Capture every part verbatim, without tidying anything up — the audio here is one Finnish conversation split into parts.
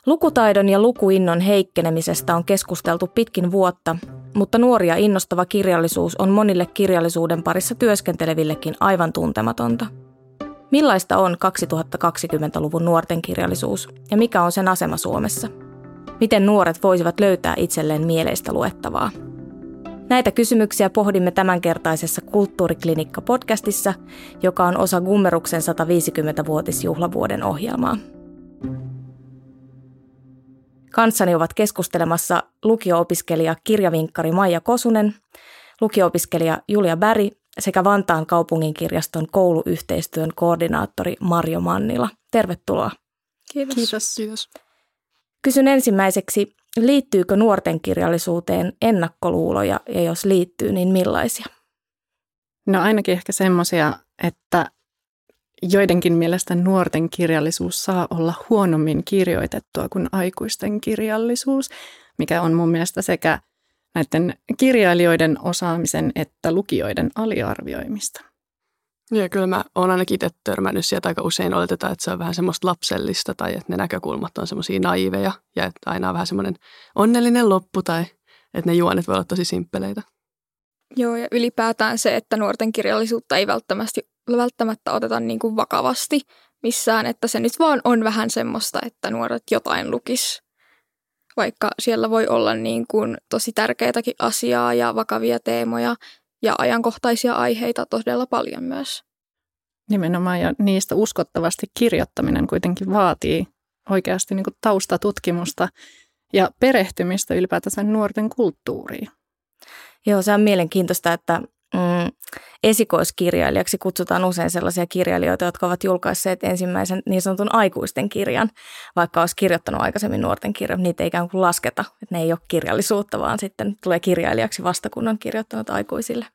Lukutaidon ja lukuinnon heikkenemisestä on keskusteltu pitkin vuotta, mutta nuoria innostava kirjallisuus on monille kirjallisuuden parissa työskentelevillekin aivan tuntematonta. Millaista on kaksituhattakaksikymmentäluvun nuorten kirjallisuus ja mikä on sen asema Suomessa? Miten nuoret voisivat löytää itselleen mieleistä luettavaa? Näitä kysymyksiä pohdimme tämänkertaisessa Kulttuuriklinikka-podcastissa, joka on osa Gummeruksen sataviisikymmentävuotisjuhlavuoden ohjelmaa. Kanssani ovat keskustelemassa lukio-opiskelija kirjavinkkari Maija Kosunen, lukio-opiskelija Julia Berg sekä Vantaan kaupunginkirjaston kouluyhteistyön koordinaattori Marjo Mannila. Tervetuloa. Kiitos. Kiitos. Kiitos. Kysyn ensimmäiseksi, liittyykö nuorten kirjallisuuteen ennakkoluuloja ja jos liittyy, niin millaisia? No ainakin ehkä semmoisia, että joidenkin mielestä nuorten kirjallisuus saa olla huonommin kirjoitettua kuin aikuisten kirjallisuus, mikä on mun mielestä sekä näiden kirjailijoiden osaamisen että lukijoiden aliarvioimista. Ja kyllä mä oon ainakin itse törmännyt sieltä aika usein oletetaan, että se on vähän semmoista lapsellista tai että ne näkökulmat on semmoisia naiveja ja että aina on vähän semmoinen onnellinen loppu tai että ne juonet voi olla tosi simppeleitä. Joo, ja ylipäätään se, että nuorten kirjallisuutta ei välttämättä, välttämättä oteta niin kuin vakavasti missään, että se nyt vaan on vähän semmoista, että nuoret jotain lukis. Vaikka siellä voi olla niin kuin tosi tärkeitäkin asiaa ja vakavia teemoja ja ajankohtaisia aiheita todella paljon myös. Nimenomaan ja niistä uskottavasti kirjoittaminen kuitenkin vaatii oikeasti niin kuin taustatutkimusta ja perehtymistä ylipäätänsä nuorten kulttuuriin. Joo, se on mielenkiintoista, että mm, esikoiskirjailijaksi kutsutaan usein sellaisia kirjailijoita, jotka ovat julkaisseet ensimmäisen niin sanotun aikuisten kirjan, vaikka olisi kirjoittanut aikaisemmin nuorten kirjan. Niitä ei ikään kuin lasketa, että ne ei ole kirjallisuutta, vaan sitten tulee kirjailijaksi vasta, kun on kirjoittanut aikuisille.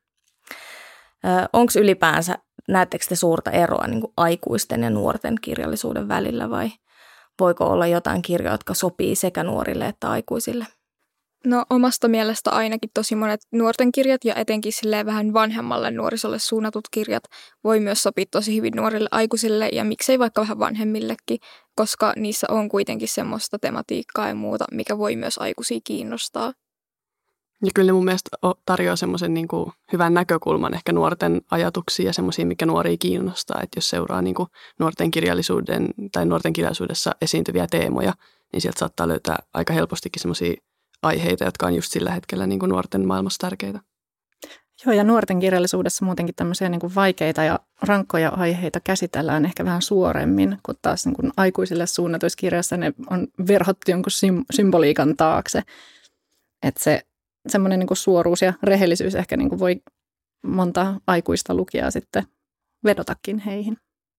Onko ylipäänsä, näettekö te suurta eroa niin kuin aikuisten ja nuorten kirjallisuuden välillä vai voiko olla jotain kirjoja, jotka sopii sekä nuorille että aikuisille? No omasta mielestä ainakin tosi monet nuorten kirjat ja etenkin silleen vähän vanhemmalle nuorisolle suunnatut kirjat voi myös sopia tosi hyvin nuorille aikuisille ja miksei vaikka vähän vanhemmillekin, koska niissä on kuitenkin semmoista tematiikkaa ja muuta, mikä voi myös aikuisia kiinnostaa. Ja kyllä ne mun mielestä tarjoaa semmoisen niin kuin hyvän näkökulman ehkä nuorten ajatuksia ja semmoisia, mikä nuoria kiinnostaa. Että jos seuraa niin kuin nuorten kirjallisuuden tai nuorten kirjallisuudessa esiintyviä teemoja, niin sieltä saattaa löytää aika helpostikin semmoisia aiheita, jotka on just sillä hetkellä niin kuin nuorten maailmassa tärkeitä. Joo, ja nuorten kirjallisuudessa muutenkin tämmöisiä niin kuin vaikeita ja rankkoja aiheita käsitellään ehkä vähän suoremmin, kun taas niin kuin aikuisille suunnatuissa kirjoissa ne on verhottu jonkun symboliikan taakse. Että se semmoinen niin kuin suoruus ja rehellisyys ehkä niin kuin voi monta aikuista lukijaa sitten vedotakin heihin.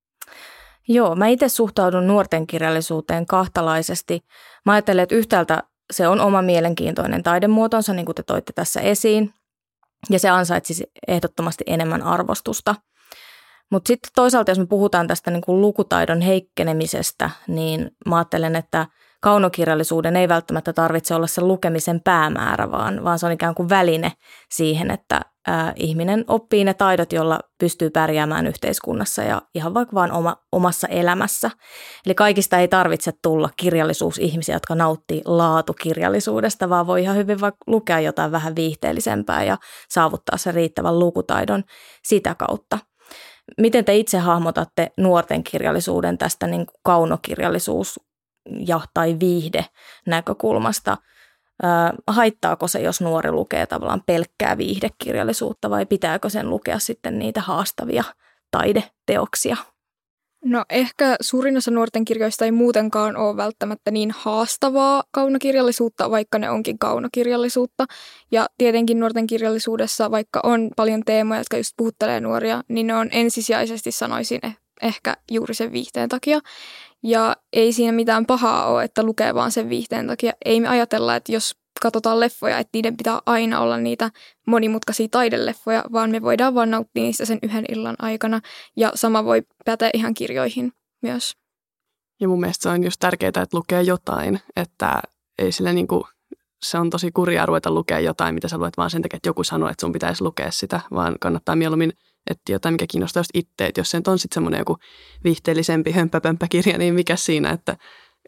Joo, mä itse suhtaudun nuorten kirjallisuuteen kahtalaisesti. Mä ajattelen, että yhtäältä se on oma mielenkiintoinen taidemuotonsa, niin kuin te toitte tässä esiin, ja se ansaitsisi ehdottomasti enemmän arvostusta. Mutta sitten toisaalta, jos me puhutaan tästä niin kuin lukutaidon heikkenemisestä, niin mä ajattelen, että kaunokirjallisuuden ei välttämättä tarvitse olla se lukemisen päämäärä, vaan, vaan se on ikään kuin väline siihen, että ää, ihminen oppii ne taidot, jolla pystyy pärjäämään yhteiskunnassa ja ihan vaikka vaan oma, omassa elämässä. Eli kaikista ei tarvitse tulla kirjallisuusihmisiä, jotka nauttii laatukirjallisuudesta, vaan voi ihan hyvin vaikka lukea jotain vähän viihteellisempää ja saavuttaa sen riittävän lukutaidon sitä kautta. Miten te itse hahmotatte nuorten kirjallisuuden tästä niin kuin kaunokirjallisuus ja tai viihde näkökulmasta? Haittaako se, jos nuori lukee tavallaan pelkkää viihdekirjallisuutta vai pitääkö sen lukea sitten niitä haastavia taideteoksia? No ehkä suurin osa nuorten kirjoista ei muutenkaan ole välttämättä niin haastavaa kaunokirjallisuutta, vaikka ne onkin kaunokirjallisuutta. Ja tietenkin nuorten kirjallisuudessa, vaikka on paljon teemoja, jotka just puhuttelee nuoria, niin ne on ensisijaisesti sanoisin ehkä juuri sen viihteen takia. Ja ei siinä mitään pahaa ole, että lukee vaan sen viihteen takia. Ei me ajatella, että jos katsotaan leffoja, että niiden pitää aina olla niitä monimutkaisia taideleffoja, vaan me voidaan vaan nauttia niistä sen yhden illan aikana. Ja sama voi päteä ihan kirjoihin myös. Ja mun mielestä se on just tärkeää, että lukee jotain, että ei sille niin kuin, se on tosi kurjaa ruveta lukea jotain, mitä sä luet vaan sen takia, että joku sanoo, että sun pitäisi lukea sitä, vaan kannattaa mieluummin etsiä jotain, mikä kiinnostaa just itse. Että jos se on sitten semmoinen joku viihteellisempi hömppäpömppäkirja, niin mikä siinä, että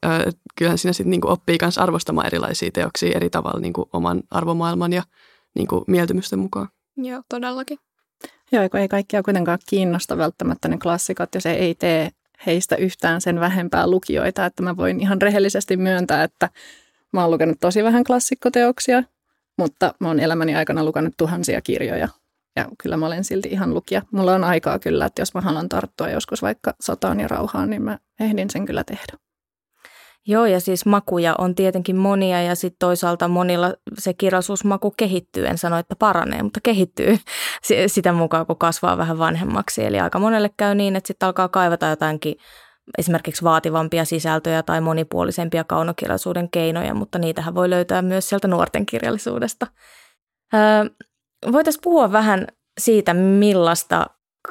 kyllähän siinä sitten niinku oppii myös arvostamaan erilaisia teoksia eri tavalla niinku oman arvomaailman ja niinku mieltymysten mukaan. Joo, todellakin. Joo, kun ei kaikkia kuitenkaan kiinnosta välttämättä ne klassikot ja se ei tee heistä yhtään sen vähempää lukijoita, että mä voin ihan rehellisesti myöntää, että mä oon lukenut tosi vähän klassikkoteoksia, mutta mä oon elämäni aikana lukenut tuhansia kirjoja ja kyllä mä olen silti ihan lukija. Mulla on aikaa kyllä, että jos mä haluan tarttua joskus vaikka sotaan ja rauhaan, niin mä ehdin sen kyllä tehdä. Joo, ja siis makuja on tietenkin monia ja sitten toisaalta monilla se kirjallisuusmaku kehittyy. En sano, että paranee, mutta kehittyy sitä mukaan, kun kasvaa vähän vanhemmaksi. Eli aika monelle käy niin, että sitten alkaa kaivata jotainkin esimerkiksi vaativampia sisältöjä tai monipuolisempia kaunokirjallisuuden keinoja, mutta niitähän voi löytää myös sieltä nuorten kirjallisuudesta. Öö, voitaisiin puhua vähän siitä, millaista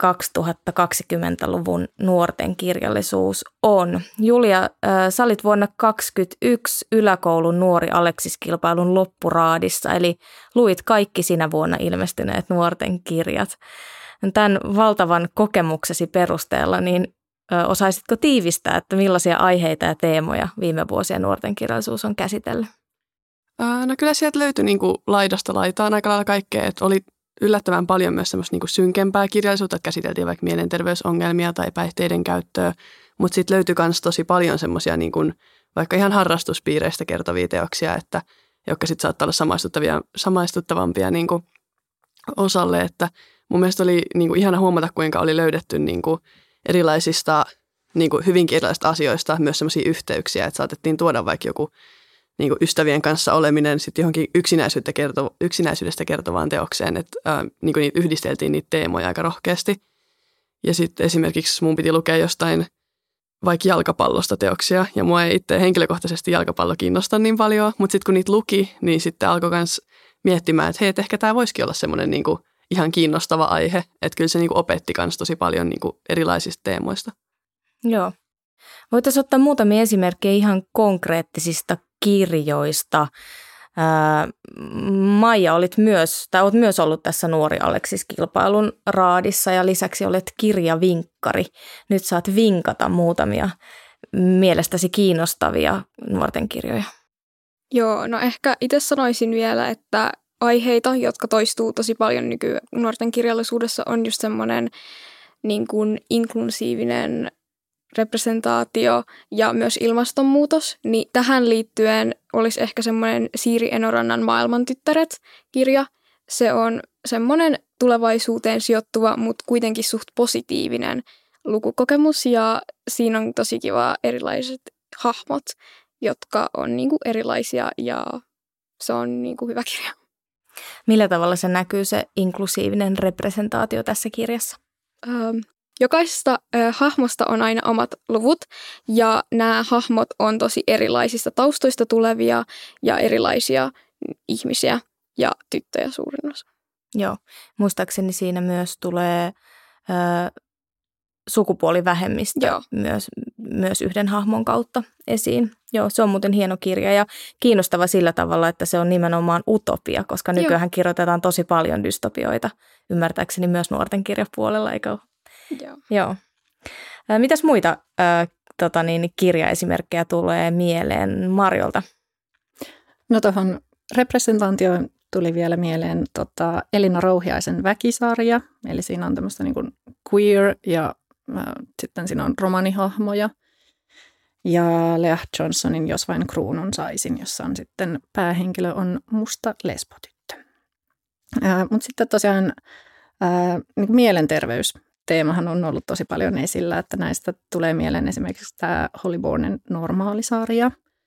kaksituhattakaksikymmentäluvun nuorten kirjallisuus on. Julia, sä olit vuonna kaksikymmentäyksi yläkoulun nuori Aleksis-kilpailun loppuraadissa, eli luit kaikki sinä vuonna ilmestyneet nuorten kirjat. Tämän valtavan kokemuksesi perusteella, niin osaisitko tiivistää, että millaisia aiheita ja teemoja viime vuosien nuorten kirjallisuus on käsitellyt? No kyllä sieltä löytyi niin kuin laidasta laitaan aika lailla kaikkea, että oli yllättävän paljon myös semmoista niinku synkempää kirjallisuutta, että käsiteltiin vaikka mielenterveysongelmia tai päihteiden käyttöä, mutta sitten löytyi myös tosi paljon semmoisia niinku, vaikka ihan harrastuspiireistä kertovia teoksia, että, jotka sitten saattaa olla samaistuttavia, samaistuttavampia niinku osalle, että mun mielestä oli niinku ihana huomata, kuinka oli löydetty niinku erilaisista niinku hyvinkin erilaisista asioista myös semmoisia yhteyksiä, että saatettiin tuoda vaikka joku niin kuin ystävien kanssa oleminen sitten johonkin yksinäisyyttä kerto, yksinäisyydestä kertovaan teokseen, että ää, niin kuin niitä yhdisteltiin niitä teemoja aika rohkeasti. Ja sitten esimerkiksi mun piti lukea jostain vaikka jalkapallosta teoksia, ja mua ei itse henkilökohtaisesti jalkapallo kiinnosta niin paljon, mutta sitten kun niitä luki, niin sitten alkoi myös miettimään, että hei, että ehkä tämä voisikin olla semmoinen niin kuin ihan kiinnostava aihe, että kyllä se niin kuin opetti myös tosi paljon niin kuin erilaisista teemoista. Joo. Voitaisiin ottaa muutamia esimerkkejä ihan konkreettisista kirjoista. Ää, Maija, olit myös, tai olet myös ollut tässä Nuori Aleksis-kilpailun raadissa ja lisäksi olet kirjavinkkari. Nyt saat vinkata muutamia mielestäsi kiinnostavia nuorten kirjoja. Joo, no ehkä itse sanoisin vielä, että aiheita, jotka toistuu tosi paljon nyky nuorten kirjallisuudessa, on just semmoinen niin kuin inklusiivinen representaatio ja myös ilmastonmuutos, niin tähän liittyen olisi ehkä semmoinen Siiri Enorannan Maailmantyttäret-kirja. Se on semmoinen tulevaisuuteen sijoittuva, mutta kuitenkin suht positiivinen lukukokemus ja siinä on tosi kiva erilaiset hahmot, jotka on niinku erilaisia ja se on niinku hyvä kirja. Millä tavalla se näkyy se inklusiivinen representaatio tässä kirjassa? Ähm. Jokaisesta äh, hahmosta on aina omat luvut ja nämä hahmot on tosi erilaisista taustoista tulevia ja erilaisia ihmisiä ja tyttöjä suurin osa. Joo, muistaakseni siinä myös tulee äh, sukupuolivähemmistö Joo. Myös, myös yhden hahmon kautta esiin. Joo, se on muuten hieno kirja ja kiinnostava sillä tavalla, että se on nimenomaan utopia, koska nykyään kirjoitetaan tosi paljon dystopioita, ymmärtääkseni myös nuorten kirjapuolella, eikö ole? Joo. Joo. Mitäs muita äh, tota niin, kirjaesimerkkejä tulee mieleen Marjolta? No tuohon representaatioon tuli vielä mieleen tota, Elina Rouhiaisen Väkisarja. Eli siinä on tämmöistä niin kuin queer ja äh, sitten siinä on romanihahmoja. Ja Leah Johnsonin Jos vain kruunun saisin, jossa on sitten päähenkilö on musta lesbotyttö. Äh, Mutta sitten tosiaan äh, niin mielenterveys. Teemahan on ollut tosi paljon esillä, että näistä tulee mieleen esimerkiksi tämä Hollybornen Normaalisarja.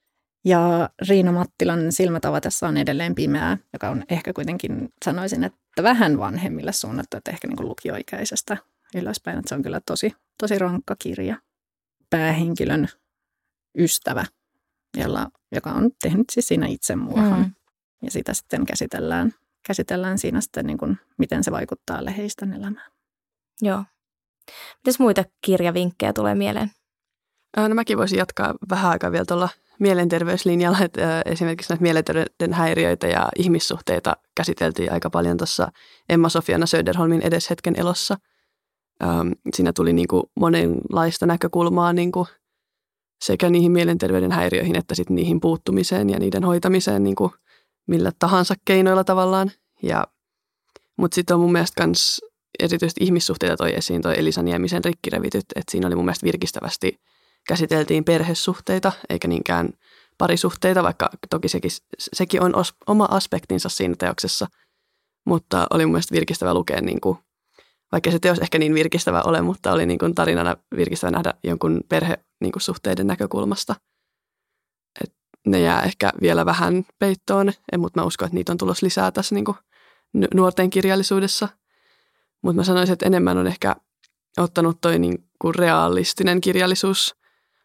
Ja Riina Mattilan Silmät avatessa on edelleen pimeää, joka on ehkä kuitenkin, sanoisin, että vähän vanhemmille suunnattu, että ehkä niin kuin lukioikäisestä ylöspäin. Että se on kyllä tosi, tosi rankka kirja. Päähenkilön ystävä, jolla, joka on tehnyt siis siinä itsemurhan. Mm. Ja sitä sitten käsitellään, käsitellään siinä sitten, niin kuin, miten se vaikuttaa läheisten elämään. Joo. Mitäs muita kirjavinkkejä tulee mieleen? No mäkin voisin jatkaa vähän aikaa vielä tuolla mielenterveyslinjalla, että esimerkiksi näitä mielenterveyden häiriöitä ja ihmissuhteita käsiteltiin aika paljon tuossa Emma-Sofiana Söderholmin Edes hetken elossa. Siinä tuli niin kuin monenlaista näkökulmaa niin kuin sekä niihin mielenterveyden häiriöihin että sitten niihin puuttumiseen ja niiden hoitamiseen niin kuin millä tahansa keinoilla tavallaan. Ja, mutta sitten on mun mielestä myös erityisesti ihmissuhteita toi esiin toi Elisa Niemisen Rikkirevityt, että siinä oli mun mielestä virkistävästi käsiteltiin perhesuhteita eikä niinkään parisuhteita, vaikka toki sekin, sekin on os, oma aspektinsa siinä teoksessa, mutta oli mun mielestä virkistävä lukea, niin kuin, vaikka se teos ehkä niin virkistävä ole, mutta oli niin kuin tarinana virkistävä nähdä jonkun perhesuhteiden näkökulmasta. Et ne jää ehkä vielä vähän peittoon, mutta mä uskon, että niitä on tulossa lisää tässä niin kuin nuorten kirjallisuudessa. Mutta mä sanoisin, että enemmän on ehkä ottanut toi niin kuin realistinen kirjallisuus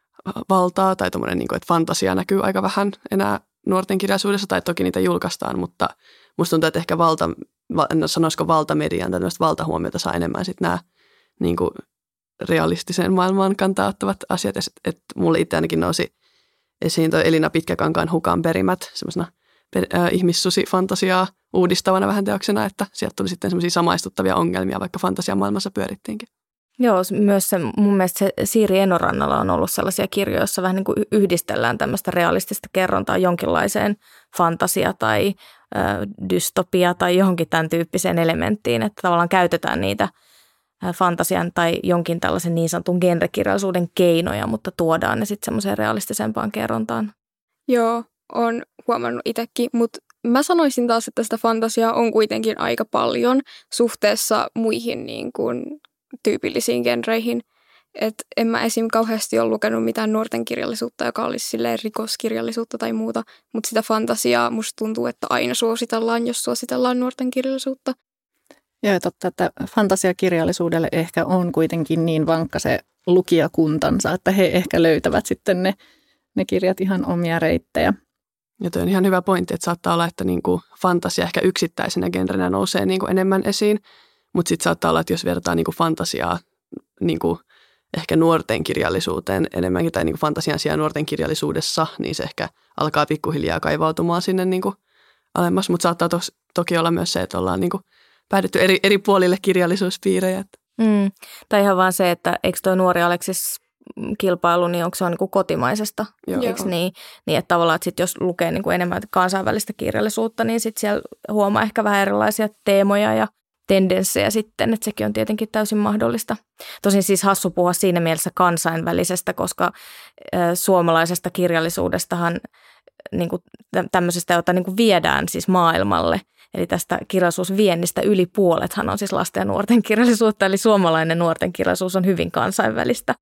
valtaa tai tommoinen, niin kuin, että fantasia näkyy aika vähän enää nuorten kirjallisuudessa, tai toki niitä julkaistaan, mutta musta tuntuu, että ehkä valta, en sanoisiko valtamedian tai valtahuomiota saa enemmän sitten nämä niin kuin realistiseen maailmaan kantaa ottavat asiat. Että et mulle itse ainakin nousi esiin toi Elina Pitkäkankaan Hukan perimät semmoisena per, äh, ihmissusi-fantasiaa uudistavana vähän teoksena, että sieltä tuli sitten semmoisia samaistuttavia ongelmia, vaikka fantasiamaailmassa pyörittiinkin. Joo, myös se, mun mielestä se Siiri Enorannalla on ollut sellaisia kirjoja, joissa vähän niin kuin yhdistellään tämmöistä realistista kerrontaa jonkinlaiseen fantasia- tai ö, dystopia tai johonkin tämän tyyppiseen elementtiin, että tavallaan käytetään niitä fantasian tai jonkin tällaisen niin sanotun genrekirjallisuuden keinoja, mutta tuodaan ne sitten semmoiseen realistisempaan kerrontaan. Joo, on huomannut itsekin, mutta mä sanoisin taas, että sitä fantasiaa on kuitenkin aika paljon suhteessa muihin niin kuin tyypillisiin genreihin. Että en mä esim. Kauheasti ole lukenut mitään nuorten kirjallisuutta, joka olisi silleen rikoskirjallisuutta tai muuta, mutta sitä fantasiaa musta tuntuu, että aina suositellaan, jos suositellaan nuorten kirjallisuutta. Joo, totta, että fantasiakirjallisuudelle ehkä on kuitenkin niin vankka se lukijakuntansa, että he ehkä löytävät sitten ne, ne kirjat ihan omia reittejä. Ja toi on ihan hyvä pointti, että saattaa olla, että niinku fantasia ehkä yksittäisenä genrenä nousee niinku enemmän esiin, mutta sitten saattaa olla, että jos vertaa niinku fantasiaa niinku ehkä nuorten kirjallisuuteen enemmänkin, tai niinku fantasian sijaan nuorten kirjallisuudessa, niin se ehkä alkaa pikkuhiljaa kaivautumaan sinne niinku alemmas, mutta saattaa tos, toki olla myös se, että ollaan niinku päädytty eri, eri puolille kirjallisuuspiirejä. Mm. Tai ihan vaan se, että eikö tuo Nuori Aleksis kilpailu, niin onko se on niin kuin kotimaisesta, Joo. eikö niin? Niin, että tavallaan, että sit jos lukee niin kuin enemmän kansainvälistä kirjallisuutta, niin sitten siellä huomaa ehkä vähän erilaisia teemoja ja tendenssejä sitten, että sekin on tietenkin täysin mahdollista. Tosin siis hassu puhua siinä mielessä kansainvälisestä, koska ä, suomalaisesta kirjallisuudestahan niin kuin tämmöisestä, jota niin kuin viedään siis maailmalle, eli tästä kirjallisuusviennistä yli puolethan on siis lasten ja nuorten kirjallisuutta, eli suomalainen nuorten kirjallisuus on hyvin kansainvälistä.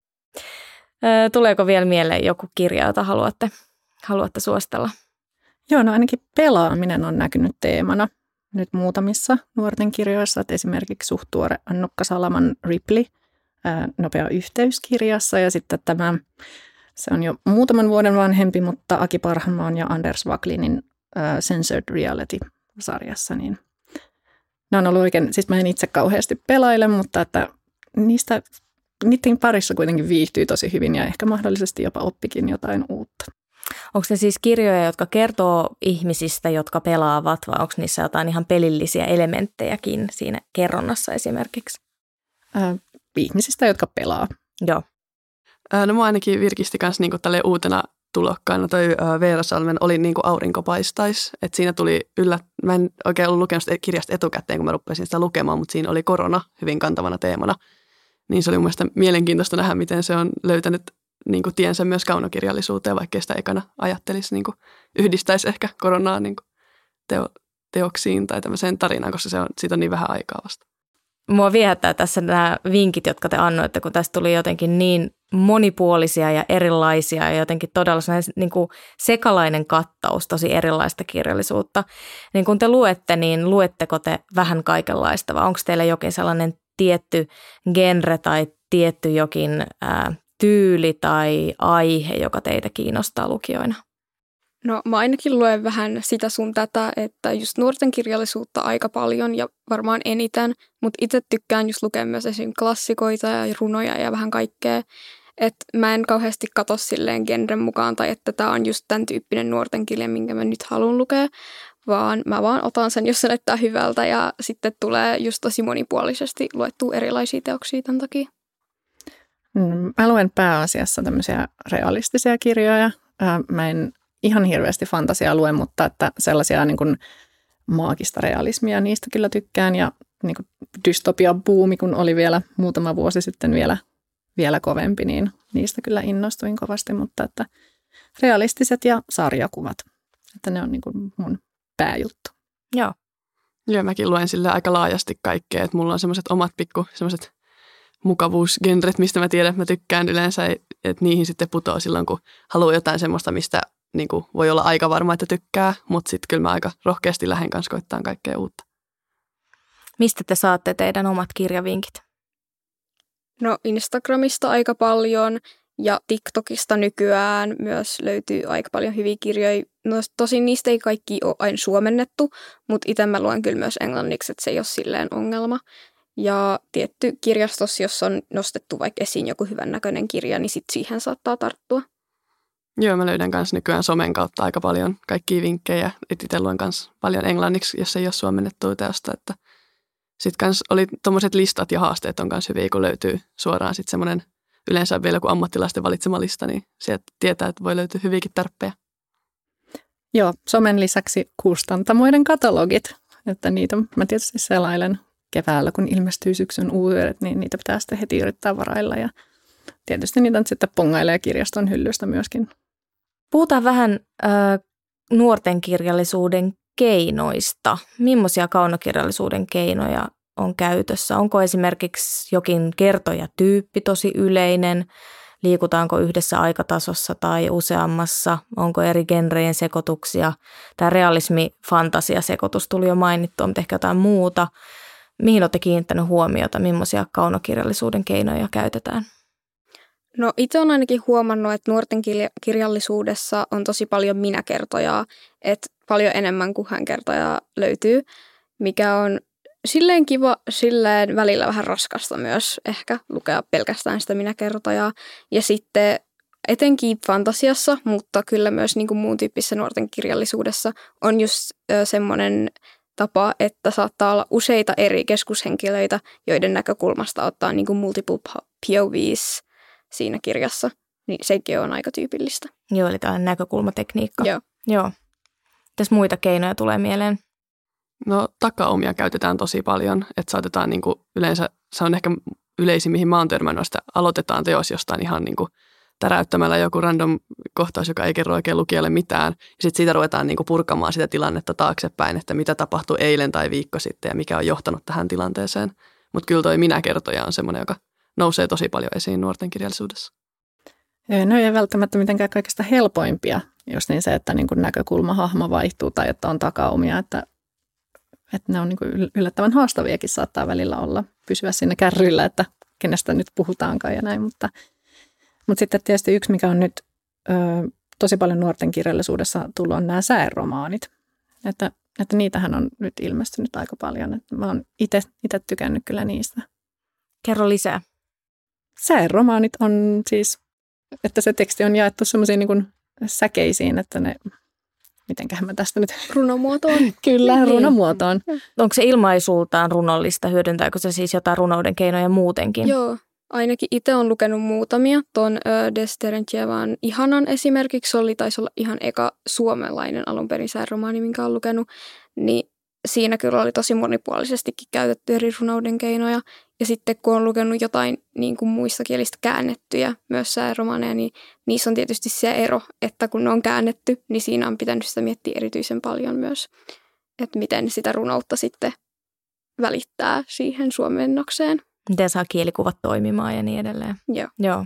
Tuleeko vielä mieleen joku kirja, jota haluatte, haluatte suositella? Joo, no ainakin pelaaminen on näkynyt teemana nyt muutamissa nuorten kirjoissa, että esimerkiksi suht tuore Annukka Salaman Ripley, nopea yhteyskirjassa, ja sitten tämä, se on jo muutaman vuoden vanhempi, mutta Aki Parhamaan ja Anders Waklinin Censored Reality-sarjassa, niin ne on ollut oikein, siis mä en itse kauheasti pelaile, mutta että niistä, niiden parissa kuitenkin viihtyy tosi hyvin ja ehkä mahdollisesti jopa oppikin jotain uutta. Onko ne siis kirjoja, jotka kertoo ihmisistä, jotka pelaavat, vai onko niissä jotain ihan pelillisiä elementtejäkin siinä kerronnassa esimerkiksi? Äh, ihmisistä, jotka pelaa. Joo. Äh, no mua ainakin virkisti myös niinku tälleen uutena tulokkaana toi äh, Veera Salmen Oli niin kuin aurinko paistaisi. Että siinä tuli yllä, mä en oikein ollut lukenut sitä kirjasta etukäteen, kun mä rupesin sitä lukemaan, mutta siinä oli korona hyvin kantavana teemana. Niin se oli mun mielestä mielenkiintoista nähdä, miten se on löytänyt niin kuin tiensä myös kaunokirjallisuuteen, vaikkei sitä ekana ajattelisi, niin kuin yhdistäisi ehkä koronaa niin kuin teo, teoksiin tai tämmöiseen tarinaan, koska se on, siitä on niin vähän aikaa vasta. Mua viehättää tässä nämä vinkit, jotka te annoitte, kun tästä tuli jotenkin niin monipuolisia ja erilaisia ja jotenkin todella niin kuin sekalainen kattaus tosi erilaista kirjallisuutta. Niin kun te luette, niin luetteko te vähän kaikenlaista vai onko teillä jokin sellainen tietty genre tai tietty jokin ää, tyyli tai aihe, joka teitä kiinnostaa lukijoina? No mä ainakin luen vähän sitä sun tätä, että just nuorten kirjallisuutta aika paljon ja varmaan eniten, mutta itse tykkään just lukea myös esimerkiksi klassikoita ja runoja ja vähän kaikkea. Että mä en kauheasti katso silleen genren mukaan tai että tää on just tämän tyyppinen nuorten kirja, minkä mä nyt haluan lukea, vaan mä vaan otan sen, jos se näyttää hyvältä ja sitten tulee just tosi monipuolisesti luettua erilaisia teoksia tämän takia. Mä luen pääasiassa tämmöisiä realistisia kirjoja. Mä en ihan hirveästi fantasiaa lue, mutta että sellaisia niin kuin maagista realismia niistä kyllä tykkään. Ja niin kuin dystopia-buumi, kun oli vielä muutama vuosi sitten vielä, vielä kovempi, niin niistä kyllä innostuin kovasti. Mutta että realistiset ja sarjakuvat, että ne on niin kuin mun pääjuttu. Joo. Joo, mäkin luen sille aika laajasti kaikkea, että mulla on semmoiset omat pikku semmoiset mukavuusgenret, mistä mä tiedän, että mä tykkään yleensä, että niihin sitten putoaa silloin, kun haluaa jotain semmoista, mistä niin kuin voi olla aika varma, että tykkää, mutta sitten kyllä mä aika rohkeasti lähden kanssa koittaa kaikkea uutta. Mistä te saatte teidän omat kirjavinkit? No Instagramista aika paljon ja TikTokista nykyään myös löytyy aika paljon hyviä kirjoja. No tosin niistä ei kaikki ole aina suomennettu, mutta itse mä luen kyllä myös englanniksi, että se ei ole silleen ongelma. Ja tietty kirjastossa, jos on nostettu vaikka esiin joku hyvän näköinen kirja, niin sitten siihen saattaa tarttua. Joo, mä löydän myös nykyään somen kautta aika paljon kaikkia vinkkejä. Itse luen myös paljon englanniksi, jos ei ole suomennettua teosta. Sitten myös oli tuommoiset listat ja haasteet on myös hyviä, kun löytyy suoraan sitten semmoinen yleensä vielä joku ammattilaisten valitsema lista, niin sieltä tietää, että voi löytyä hyviäkin tärppejä. Joo, somen lisäksi kustantamoiden katalogit, että niitä mä tietysti selailen keväällä, kun ilmestyy syksyn uudet, niin niitä pitää sitten heti yrittää varailla ja tietysti niitä sitten pongailee kirjaston hyllystä myöskin. Puhutaan vähän äh, nuorten kirjallisuuden keinoista. Millaisia kaunokirjallisuuden keinoja on käytössä? Onko esimerkiksi jokin kertojatyyppi tosi yleinen? Liikutaanko yhdessä aikatasossa tai useammassa? Onko eri genrejen sekoituksia? Tämä realismi-fantasia-sekoitus tuli jo mainittua, mutta ehkä jotain muuta. Mihin olette kiinnittänyt huomiota? Millaisia kaunokirjallisuuden keinoja käytetään? No itse olen ainakin huomannut, että nuorten kirjallisuudessa on tosi paljon minäkertojaa, että paljon enemmän kuin hänkertojaa löytyy, mikä on silleen kiva, silleen välillä vähän raskasta myös ehkä lukea pelkästään sitä minäkertojaa. Ja sitten etenkin fantasiassa, mutta kyllä myös niin kuin muun tyyppisessä nuorten kirjallisuudessa on just semmoinen tapa, että saattaa olla useita eri keskushenkilöitä, joiden näkökulmasta ottaa niin kuin multiple P O Vs siinä kirjassa. Niin sekin on aika tyypillistä. Joo, eli tällainen näkökulmatekniikka. Joo. Joo. Mitäs muita keinoja tulee mieleen? No takaumia käytetään tosi paljon, että saatetaan niin kuin yleensä, se on ehkä yleisin, mihin mä oon törmännyt, että aloitetaan teos jostain ihan niin kuin täräyttämällä joku random kohtaus, joka ei kerro oikein lukijalle mitään. Ja sitten siitä ruvetaan niin kuin purkamaan sitä tilannetta taaksepäin, että mitä tapahtui eilen tai viikko sitten ja mikä on johtanut tähän tilanteeseen. Mutta kyllä toi minäkertoja on semmoinen, joka nousee tosi paljon esiin nuorten kirjallisuudessa. Ne ei välttämättä mitenkään kaikista helpoimpia, just niin se, että niin kuin näkökulmahahmo vaihtuu tai että on takaumia, että, että ne on niin kuin yllättävän haastaviakin saattaa välillä olla pysyä siinä kärryillä, että kenestä nyt puhutaankaan ja näin, mutta, mutta sitten tietysti yksi, mikä on nyt ö, tosi paljon nuorten kirjallisuudessa tullut, on nämä sääromaanit, että, että niitähän on nyt ilmestynyt aika paljon, että mä oon itse tykännyt kyllä niistä. Kerro lisää. Sääromaanit on siis, että se teksti on jaettu semmoisiin niin kuin säkeisiin, että ne, mitenköhän mä tästä nyt... Runomuotoon. Kyllä, niin. Runomuotoon. Onko se ilmaisultaan runollista? Hyödyntääkö se siis jotain runouden keinoja muutenkin? Joo, ainakin itse olen lukenut muutamia. Tuon uh, Desterentjevan Ihanan esimerkiksi oli, taisi olla ihan eka suomalainen alun perin sääromaani, minkä olen lukenut, niin siinä kyllä oli tosi monipuolisestikin käytetty eri runouden keinoja. Ja sitten kun on lukenut jotain niin kuin muista kielistä käännettyjä myös sääromaneja, niin niissä on tietysti se ero, että kun ne on käännetty, niin siinä on pitänyt sitä miettiä erityisen paljon myös, että miten sitä runoutta sitten välittää siihen suomennokseen. Miten saa kielikuvat toimimaan ja niin edelleen. Joo. Joo.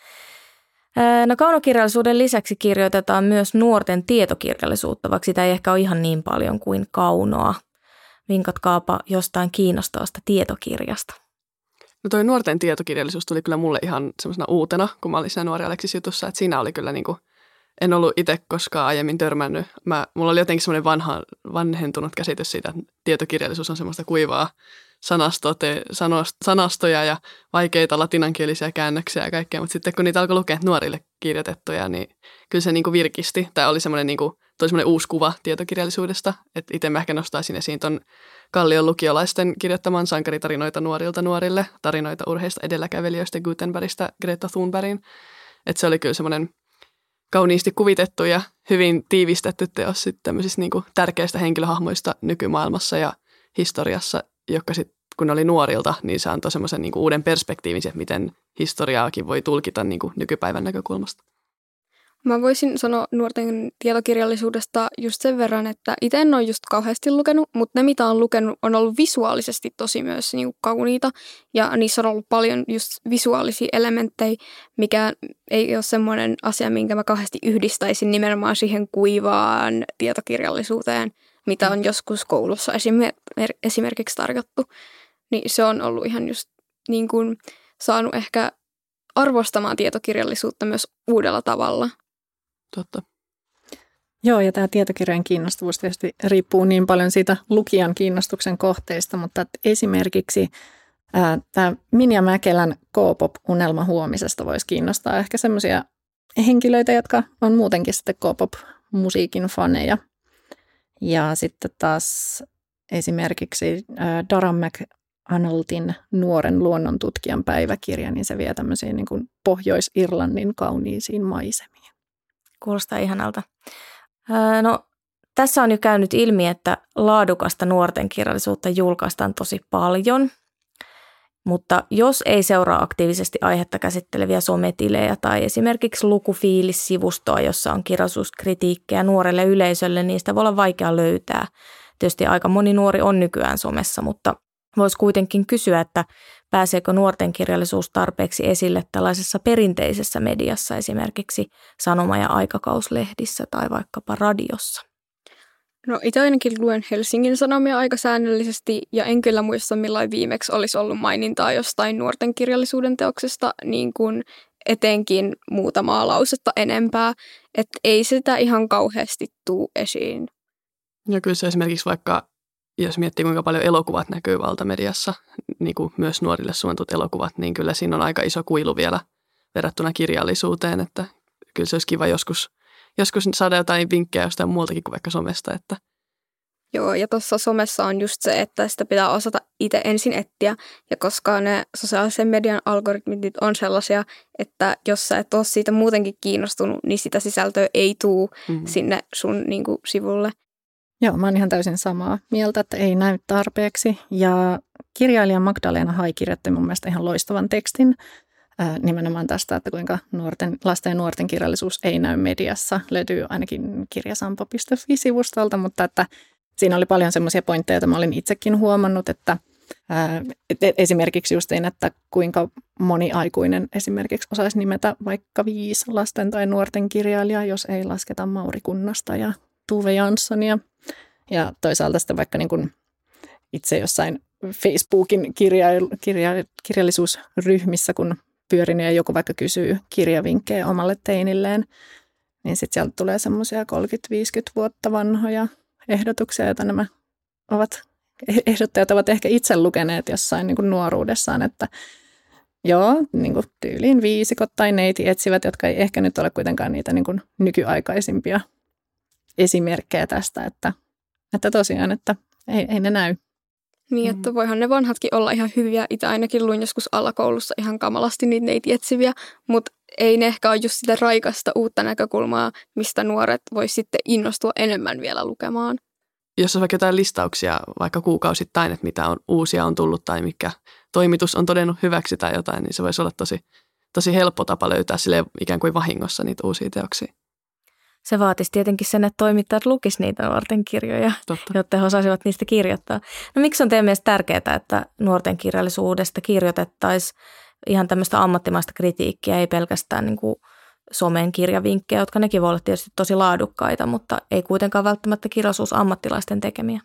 No kaunokirjallisuuden lisäksi kirjoitetaan myös nuorten tietokirjallisuutta, vaikka sitä ei ehkä ole ihan niin paljon kuin kaunoa. Vinkatkaapa jostain kiinnostavasta tietokirjasta. No toi nuorten tietokirjallisuus tuli kyllä mulle ihan semmoisena uutena, kun mä olin siinä Nuori Aleksis -jutussa, että siinä oli kyllä niinku, en ollut itse koskaan aiemmin törmännyt. Mä, mulla oli jotenkin semmoinen vanha, vanhentunut käsitys siitä, että tietokirjallisuus on semmoista kuivaa sanastote, sanost, sanastoja ja vaikeita latinankielisiä käännöksiä ja kaikkea, mutta sitten kun niitä alkoi lukea nuorille kirjoitettuja, niin kyllä se niinku virkisti, tai oli semmoinen niinku toi semmoinen uusi kuva tietokirjallisuudesta. Että itse mä ehkä nostaisin esiin ton Kallion lukiolaisten kirjoittaman sankaritarinoita nuorilta nuorille, tarinoita urheista edelläkävelijöistä Gutenbergistä Greta Thunbergiin. Että se oli kyllä semmoinen kauniisti kuvitettu ja hyvin tiivistetty teos sitten tämmöisistä niin kuin tärkeistä henkilöhahmoista nykymaailmassa ja historiassa, jotka sitten kun ne oli nuorilta, niin se antoi semmoisen niin kuin uuden perspektiivin, että miten historiaakin voi tulkita niin kuin nykypäivän näkökulmasta. Mä voisin sanoa nuorten tietokirjallisuudesta just sen verran, että itse en ole just kauheasti lukenut, mutta ne mitä on lukenut on ollut visuaalisesti tosi myös niin kuin kauniita ja niissä on ollut paljon just visuaalisia elementtejä, mikä ei ole semmoinen asia, minkä mä kauheasti yhdistäisin nimenomaan siihen kuivaan tietokirjallisuuteen, mitä on joskus koulussa esimer- esimerkiksi tarjottu. Niin se on ollut ihan just niin kuin saanut ehkä arvostamaan tietokirjallisuutta myös uudella tavalla. Totta. Joo, ja tämä tietokirjan kiinnostavuus tietysti riippuu niin paljon siitä lukijan kiinnostuksen kohteista, mutta esimerkiksi ää, tämä Minja Mäkelän K-pop-unelma huomisesta voisi kiinnostaa ehkä semmoisia henkilöitä, jotka on muutenkin sitten K-pop-musiikin faneja. Ja sitten taas esimerkiksi ää, Dara McAnultin Nuoren luonnontutkijan päiväkirja, niin se vie tämmöisiin niin kuin Pohjois-Irlannin kauniisiin maisemiin. Kuulostaa ihanalta. No, tässä on jo käynyt ilmi, että laadukasta nuorten kirjallisuutta julkaistaan tosi paljon, mutta jos ei seuraa aktiivisesti aihetta käsitteleviä sometilejä tai esimerkiksi lukufiilissivustoa, jossa on kirjallisuuskritiikkejä nuorelle yleisölle, niin sitä voi olla vaikea löytää. Tietysti aika moni nuori on nykyään somessa, mutta voisi kuitenkin kysyä, että pääseekö nuorten kirjallisuus tarpeeksi esille tällaisessa perinteisessä mediassa, esimerkiksi sanoma- ja aikakauslehdissä tai vaikkapa radiossa? No itse ainakin luen Helsingin Sanomia aika säännöllisesti ja en kyllä muista milloin viimeksi olisi ollut mainintaa jostain nuorten kirjallisuuden teoksesta niin kuin etenkin muutamaa lausetta enempää, että ei sitä ihan kauheasti tuu esiin. Ja kyllä se esimerkiksi vaikka jos miettii, kuinka paljon elokuvat näkyy valtamediassa, niin kuin myös nuorille suunnatut elokuvat, niin kyllä siinä on aika iso kuilu vielä verrattuna kirjallisuuteen, että kyllä se olisi kiva joskus, joskus saada jotain vinkkejä jostain muultakin kuin vaikka somesta. Että. Joo, ja tuossa somessa on just se, että sitä pitää osata itse ensin etsiä, ja koska ne sosiaalisen median algoritmit on sellaisia, että jos sä et ole siitä muutenkin kiinnostunut, niin sitä sisältöä ei tule mm-hmm. sinne sun niin kuin, sivulle. Joo, mä oon ihan täysin samaa mieltä, että ei näy tarpeeksi. Ja kirjailija Magdalena Hai kirjoitti mun mielestä ihan loistavan tekstin ää, nimenomaan tästä, että kuinka nuorten, lasten ja nuorten kirjallisuus ei näy mediassa. Löytyy ainakin kirjasampo piste fi-sivustolta, mutta että siinä oli paljon semmoisia pointteja, joita mä olin itsekin huomannut, että ää, et esimerkiksi justiin, että kuinka moni aikuinen esimerkiksi osaisi nimetä vaikka viisi lasten tai nuorten kirjailijaa, jos ei lasketa Mauri Kunnasta ja Tuve Janssonia. Ja toisaalta sitten vaikka niin kuin itse jossain Facebookin kirja, kirja, kirjallisuusryhmissä, kun pyörin ja joku vaikka kysyy kirjavinkkejä omalle teinilleen, niin sitten sieltä tulee semmoisia kolmekymmentä viisikymmentä vuotta vanhoja ehdotuksia, joita nämä ovat, ehdottajat ovat ehkä itse lukeneet jossain niin kuin nuoruudessaan, että joo, niin kuin tyyliin viisikot tai neiti etsivät, jotka ei ehkä nyt ole kuitenkaan niitä niin kuin nykyaikaisimpia esimerkkejä tästä, että, että tosiaan, että ei, ei ne näy. Niin, että voihan ne vanhatkin olla ihan hyviä. Itse ainakin luin joskus alakoulussa ihan kamalasti niitä neitietsiviä, mutta ei ne ehkä ole just sitä raikasta uutta näkökulmaa, mistä nuoret vois sitten innostua enemmän vielä lukemaan. Jos on vaikka jotain listauksia vaikka kuukausittain, että mitä on uusia on tullut tai mikä toimitus on todennut hyväksi tai jotain, niin se voisi olla tosi, tosi helppo tapa löytää silleen ikään kuin vahingossa niitä uusia teoksia. Se vaatisi tietenkin sen, että toimittajat lukisivat niitä nuorten kirjoja, Totta. jotta he osaisivat niistä kirjoittaa. No miksi on teidän mielestä tärkeää, että nuorten kirjallisuudesta kirjoitettaisiin ihan tämmöistä ammattimaista kritiikkiä, ei pelkästään niin kuin somen kirjavinkkejä, jotka nekin voi olla tietysti tosi laadukkaita, mutta ei kuitenkaan välttämättä kirjallisuusammattilaisten tekemiä?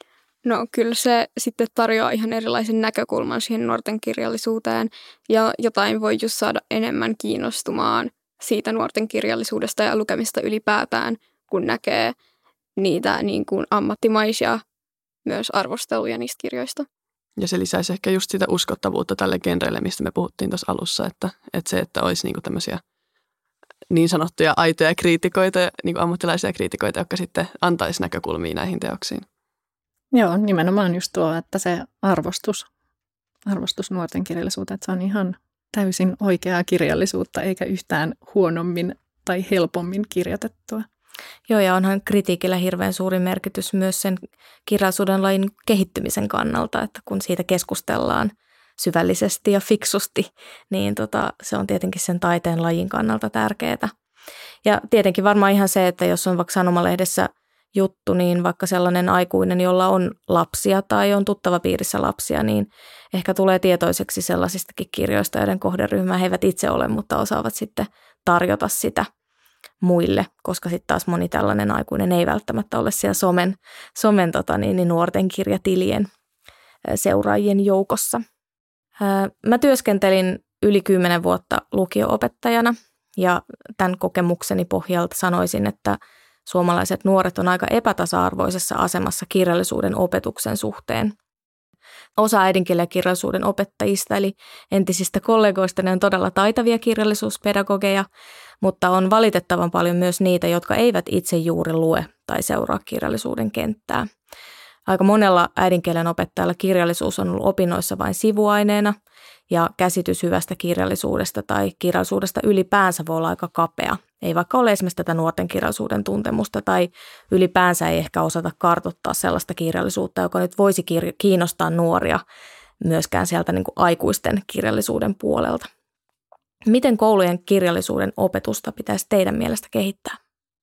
No kyllä se sitten tarjoaa ihan erilaisen näkökulman siihen nuorten kirjallisuuteen ja jotain voi just saada enemmän kiinnostumaan siitä nuorten kirjallisuudesta ja lukemista ylipäätään, kun näkee niitä niin kuin ammattimaisia myös arvosteluja niistä kirjoista. Ja se lisäisi ehkä just sitä uskottavuutta tälle genrelle, mistä me puhuttiin tuossa alussa, että, että se, että olisi niin kuin tämmöisiä niin sanottuja aitoja kriitikoita, niin kuin ammattilaisia kriitikoita, jotka sitten antaisi näkökulmia näihin teoksiin. Joo, nimenomaan just tuo, että se arvostus, arvostus nuorten kirjallisuuteen, että se on ihan täysin oikeaa kirjallisuutta, eikä yhtään huonommin tai helpommin kirjoitettua. Joo, ja onhan kritiikillä hirveän suuri merkitys myös sen kirjallisuuden lajin kehittymisen kannalta, että kun siitä keskustellaan syvällisesti ja fiksusti, niin tota, se on tietenkin sen taiteen lajin kannalta tärkeää. Ja tietenkin varmaan ihan se, että jos on vaikka sanomalehdessä juttu, niin vaikka sellainen aikuinen, jolla on lapsia tai on tuttava piirissä lapsia, niin ehkä tulee tietoiseksi sellaisistakin kirjoista, joiden kohderyhmää he eivät itse ole, mutta osaavat sitten tarjota sitä muille, koska sitten taas moni tällainen aikuinen ei välttämättä ole siellä somen, somen tota niin, niin nuorten kirjatilien seuraajien joukossa. Mä työskentelin yli kymmenen vuotta lukio-opettajana ja tämän kokemukseni pohjalta sanoisin, että suomalaiset nuoret on aika epätasa-arvoisessa asemassa kirjallisuuden opetuksen suhteen. Osa äidinkielikirjallisuuden opettajista eli entisistä kollegoista ne on todella taitavia kirjallisuuspedagogeja, mutta on valitettavan paljon myös niitä, jotka eivät itse juuri lue tai seuraa kirjallisuuden kenttää. Aika monella äidinkielen opettajalla kirjallisuus on ollut opinnoissa vain sivuaineena ja käsitys hyvästä kirjallisuudesta tai kirjallisuudesta ylipäänsä voi olla aika kapea. Ei vaikka ole esimerkiksi tätä nuorten kirjallisuuden tuntemusta tai ylipäänsä ei ehkä osata kartoittaa sellaista kirjallisuutta, joka nyt voisi kir- kiinnostaa nuoria myöskään sieltä niin kuin aikuisten kirjallisuuden puolelta. Miten koulujen kirjallisuuden opetusta pitäisi teidän mielestä kehittää?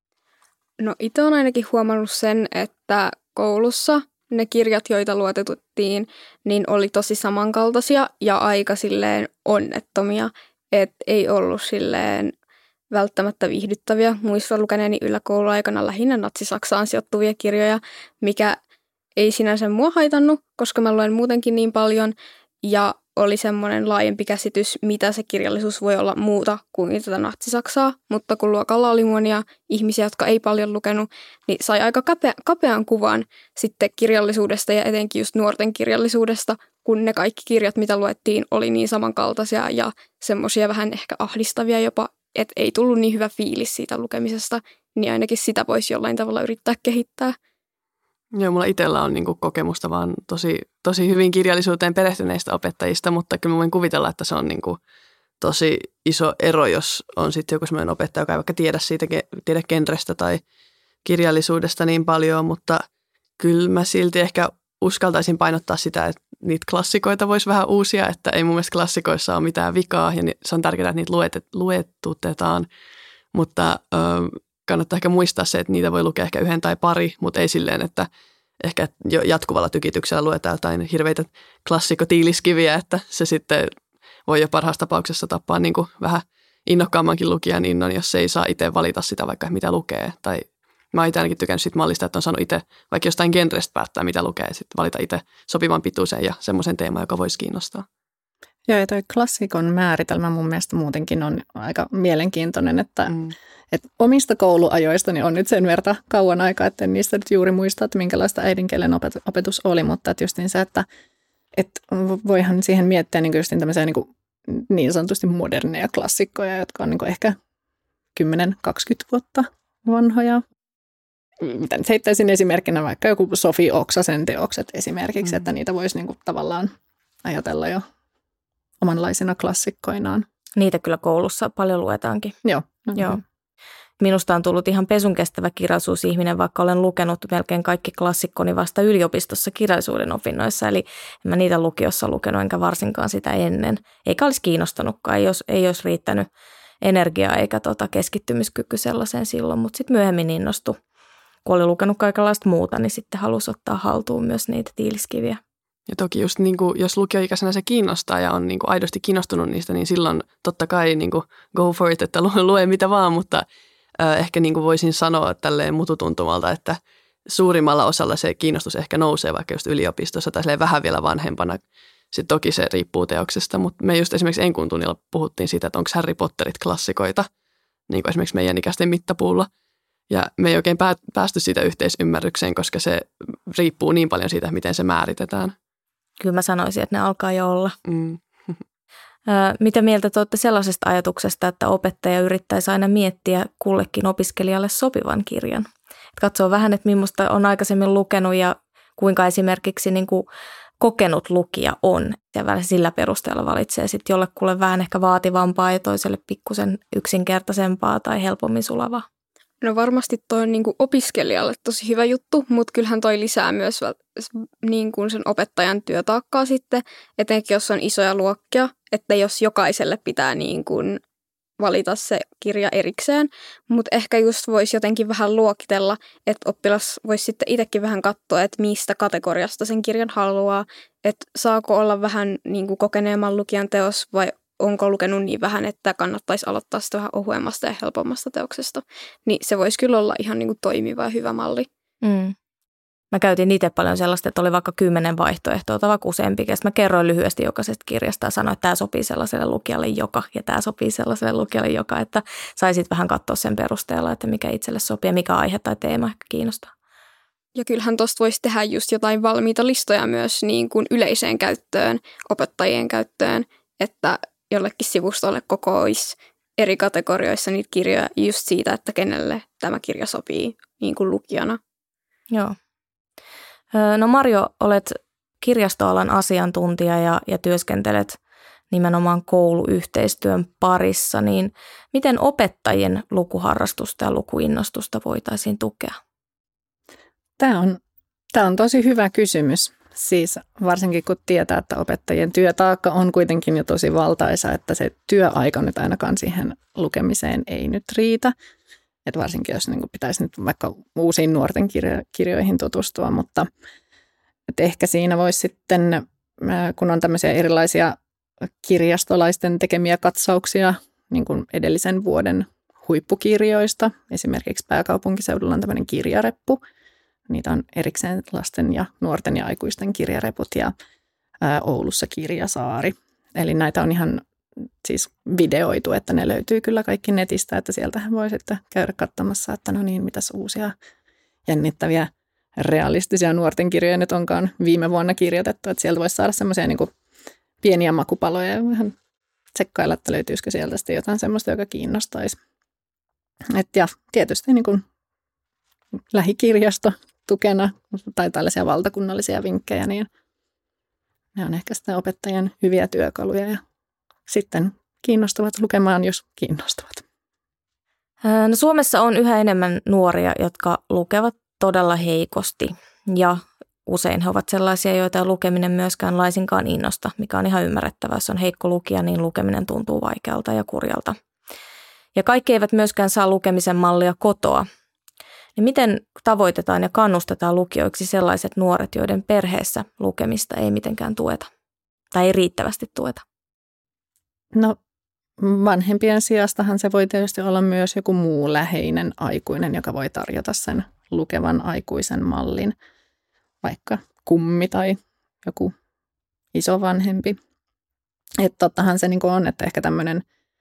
No itse olen ainakin huomannut sen, että koulussa ne kirjat, joita luotetuttiin, niin oli tosi samankaltaisia ja aika silleen onnettomia, että ei ollut silleen välttämättä viihdyttäviä. Muistan lukeneeni yläkouluaikana lähinnä natsi-Saksaan sijoittuvia kirjoja, mikä ei sinänsä mua haitannut, koska mä luen muutenkin niin paljon ja oli semmoinen laajempi käsitys, mitä se kirjallisuus voi olla muuta kuin tätä natsi-Saksaa, mutta kun luokalla oli monia ihmisiä, jotka ei paljon lukenut, niin sai aika kapea, kapean kuvan sitten kirjallisuudesta ja etenkin just nuorten kirjallisuudesta, kun ne kaikki kirjat, mitä luettiin, oli niin samankaltaisia ja semmoisia vähän ehkä ahdistavia jopa, että ei tullut niin hyvä fiilis siitä lukemisesta, niin ainakin sitä voisi jollain tavalla yrittää kehittää. Joo, mulla itsellä on niinku kokemusta vaan tosi, tosi hyvin kirjallisuuteen perehtyneistä opettajista, mutta kyllä mä voin kuvitella, että se on niinku tosi iso ero, jos on sitten joku sellainen opettaja, joka ei vaikka tiedä siitä tiedä genrestä tai kirjallisuudesta niin paljon, mutta kyllä mä silti ehkä uskaltaisin painottaa sitä, että niitä klassikoita voisi vähän uusia, että ei mun mielestä klassikoissa ole mitään vikaa ja se on tärkeää, että niitä luet, luetutetaan, mutta ö, kannattaa ehkä muistaa se, että niitä voi lukea ehkä yhden tai pari, mutta ei silleen, että ehkä jo jatkuvalla tykityksellä luetaan jotain hirveitä klassikotiiliskiviä, että se sitten voi jo parhaassa tapauksessa tappaa niin kuin vähän innokkaammankin lukijan innon, jos se ei saa itse valita sitä vaikka mitä lukee. Tai mä oon itse ainakin tykännyt siitä mallista, että on saanut itse vaikka jostain genrestä päättää mitä lukee ja sitten valita itse sopivan pituisen ja semmoisen teeman, joka voisi kiinnostaa. Joo, ja toi klassikon määritelmä mun mielestä muutenkin on aika mielenkiintoinen, että mm. et omista kouluajoistani on nyt sen verran kauan aikaa, että en niistä nyt juuri muista, että minkälaista äidinkielen opetus oli, mutta että justiin se, että et voihan siihen miettiä niin justiin tämmöisiä niin, kuin niin sanotusti moderneja klassikkoja, jotka on niin kuin ehkä kymmenen kaksikymmentä vuotta vanhoja. Mitä nyt heittäisin esimerkkinä vaikka joku Sofi Oksasen teokset esimerkiksi, mm. että niitä voisi niin kuin tavallaan ajatella jo omanlaisina klassikkoinaan. Niitä kyllä koulussa paljon luetaankin. Joo. Joo. Minusta on tullut ihan pesun kestävä kirjallisuusihminen, vaikka olen lukenut melkein kaikki klassikkoni vasta yliopistossa kirjallisuuden opinnoissa. Eli en mä niitä lukiossa lukenut, enkä varsinkaan sitä ennen. Eikä olisi kiinnostanutkaan, ei olisi, ei olisi riittänyt energiaa eikä tota keskittymiskyky sellaiseen silloin. Mutta sitten myöhemmin innostui, kun oli lukenut kaikenlaista muuta, niin sitten halusi ottaa haltuun myös niitä tiiliskiviä. Ja toki just niin kuin, jos lukioikäisenä se kiinnostaa ja on niin kuin aidosti kiinnostunut niistä, niin silloin totta kai niin kuin go for it, että lue mitä vaan, mutta äh, ehkä niin kuin voisin sanoa tälleen mututuntumalta, että suurimmalla osalla se kiinnostus ehkä nousee vaikka just yliopistossa tai vähän vielä vanhempana. Sitten toki se riippuu teoksesta, mutta me just esimerkiksi Enkun tunnilla puhuttiin siitä, että onko Harry Potterit klassikoita, niin kuin esimerkiksi meidän ikäisten mittapuulla. Ja me ei oikein päästy siitä yhteisymmärrykseen, koska se riippuu niin paljon siitä, miten se määritetään. Kyllä mä sanoisin, että ne alkaa jo olla. Mm. Mitä mieltä te olette sellaisesta ajatuksesta, että opettaja yrittäisi aina miettiä kullekin opiskelijalle sopivan kirjan? Katsoo vähän, että millaista on aikaisemmin lukenut ja kuinka esimerkiksi niin kuin kokenut lukija on. Ja sillä perusteella valitsee sitten jollekulle vähän ehkä vaativampaa ja toiselle pikkusen yksinkertaisempaa tai helpommin sulavaa. No varmasti toi on niin kuin opiskelijalle tosi hyvä juttu, mutta kyllähän toi lisää myös niin kuin sen opettajan työtaakkaa sitten, etenkin jos on isoja luokkia, että jos jokaiselle pitää niin kuin valita se kirja erikseen, mutta ehkä just voisi jotenkin vähän luokitella, että oppilas voisi sitten itsekin vähän katsoa, että mistä kategoriasta sen kirjan haluaa, että saako olla vähän niin kuin kokeneemman lukijan teos vai onko lukenut niin vähän, että kannattaisi aloittaa sitä vähän ohuemmasta ja helpommasta teoksesta. Niin se voisi kyllä olla ihan niin kuin toimiva ja hyvä malli. Mm. Mä käytin itse paljon sellaista, että oli vaikka kymmenen vaihtoehtoa tai vaikka useampi. Mä kerroin lyhyesti jokaisesta kirjasta ja sanoin, että tämä sopii sellaiselle lukijalle joka ja tämä sopii sellaiselle lukijalle joka. Että saisit vähän katsoa sen perusteella, että mikä itselle sopii ja mikä aihe tai teema ehkä kiinnostaa. Ja kyllähän tuosta voisi tehdä just jotain valmiita listoja myös niin kuin yleiseen käyttöön, opettajien käyttöön, että jollekin sivustolle kokoisi eri kategorioissa niitä kirjoja just siitä, että kenelle tämä kirja sopii niin kuin lukijana. Joo. No Marjo, olet kirjastoalan asiantuntija ja, ja työskentelet nimenomaan kouluyhteistyön parissa, niin miten opettajien lukuharrastusta ja lukuinnostusta voitaisiin tukea? Tämä on, tämä on tosi hyvä kysymys. Siis varsinkin kun tietää, että opettajien työtaakka on kuitenkin jo tosi valtaisa, että se työaika nyt ainakaan siihen lukemiseen ei nyt riitä. Että varsinkin jos niin kuin pitäisi nyt vaikka uusiin nuorten kirjo- kirjoihin tutustua, mutta että ehkä siinä voisi sitten, kun on tämmöisiä erilaisia kirjastolaisten tekemiä katsauksia niin kuin edellisen vuoden huippukirjoista, esimerkiksi pääkaupunkiseudulla on tämmöinen kirjareppu. Niitä on erikseen lasten ja nuorten ja aikuisten kirjareput ja ää, Oulussa Kirjasaari. Eli näitä on ihan siis videoitu, että ne löytyy kyllä kaikki netistä, että sieltähän voi sitten käydä katsomassa, että no niin, mitäs uusia jännittäviä realistisia nuorten kirjoja nyt onkaan viime vuonna kirjoitettu, että sieltä voisi saada semmoisia niin kuin pieniä makupaloja ja vähän tsekkailla, että löytyisikö sieltä sitten jotain semmoista, joka kiinnostaisi. Et ja tietysti niin kuin lähikirjasto tukena tai tällaisia valtakunnallisia vinkkejä, niin ne on ehkä sitä opettajien hyviä työkaluja ja sitten kiinnostavat lukemaan, jos kiinnostavat. No Suomessa on yhä enemmän nuoria, jotka lukevat todella heikosti ja usein he ovat sellaisia, joita lukeminen myöskään laisinkaan innosta, mikä on ihan ymmärrettävää. Jos on heikko lukija, niin lukeminen tuntuu vaikealta ja kurjalta. Ja kaikki eivät myöskään saa lukemisen mallia kotoa. Niin miten tavoitetaan ja kannustetaan lukijoiksi sellaiset nuoret, joiden perheessä lukemista ei mitenkään tueta tai ei riittävästi tueta? No vanhempien sijastahan se voi tietysti olla myös joku muu läheinen aikuinen, joka voi tarjota sen lukevan aikuisen mallin, vaikka kummi tai joku isovanhempi. Että tottahan se niin kuin on, että ehkä tämmöinen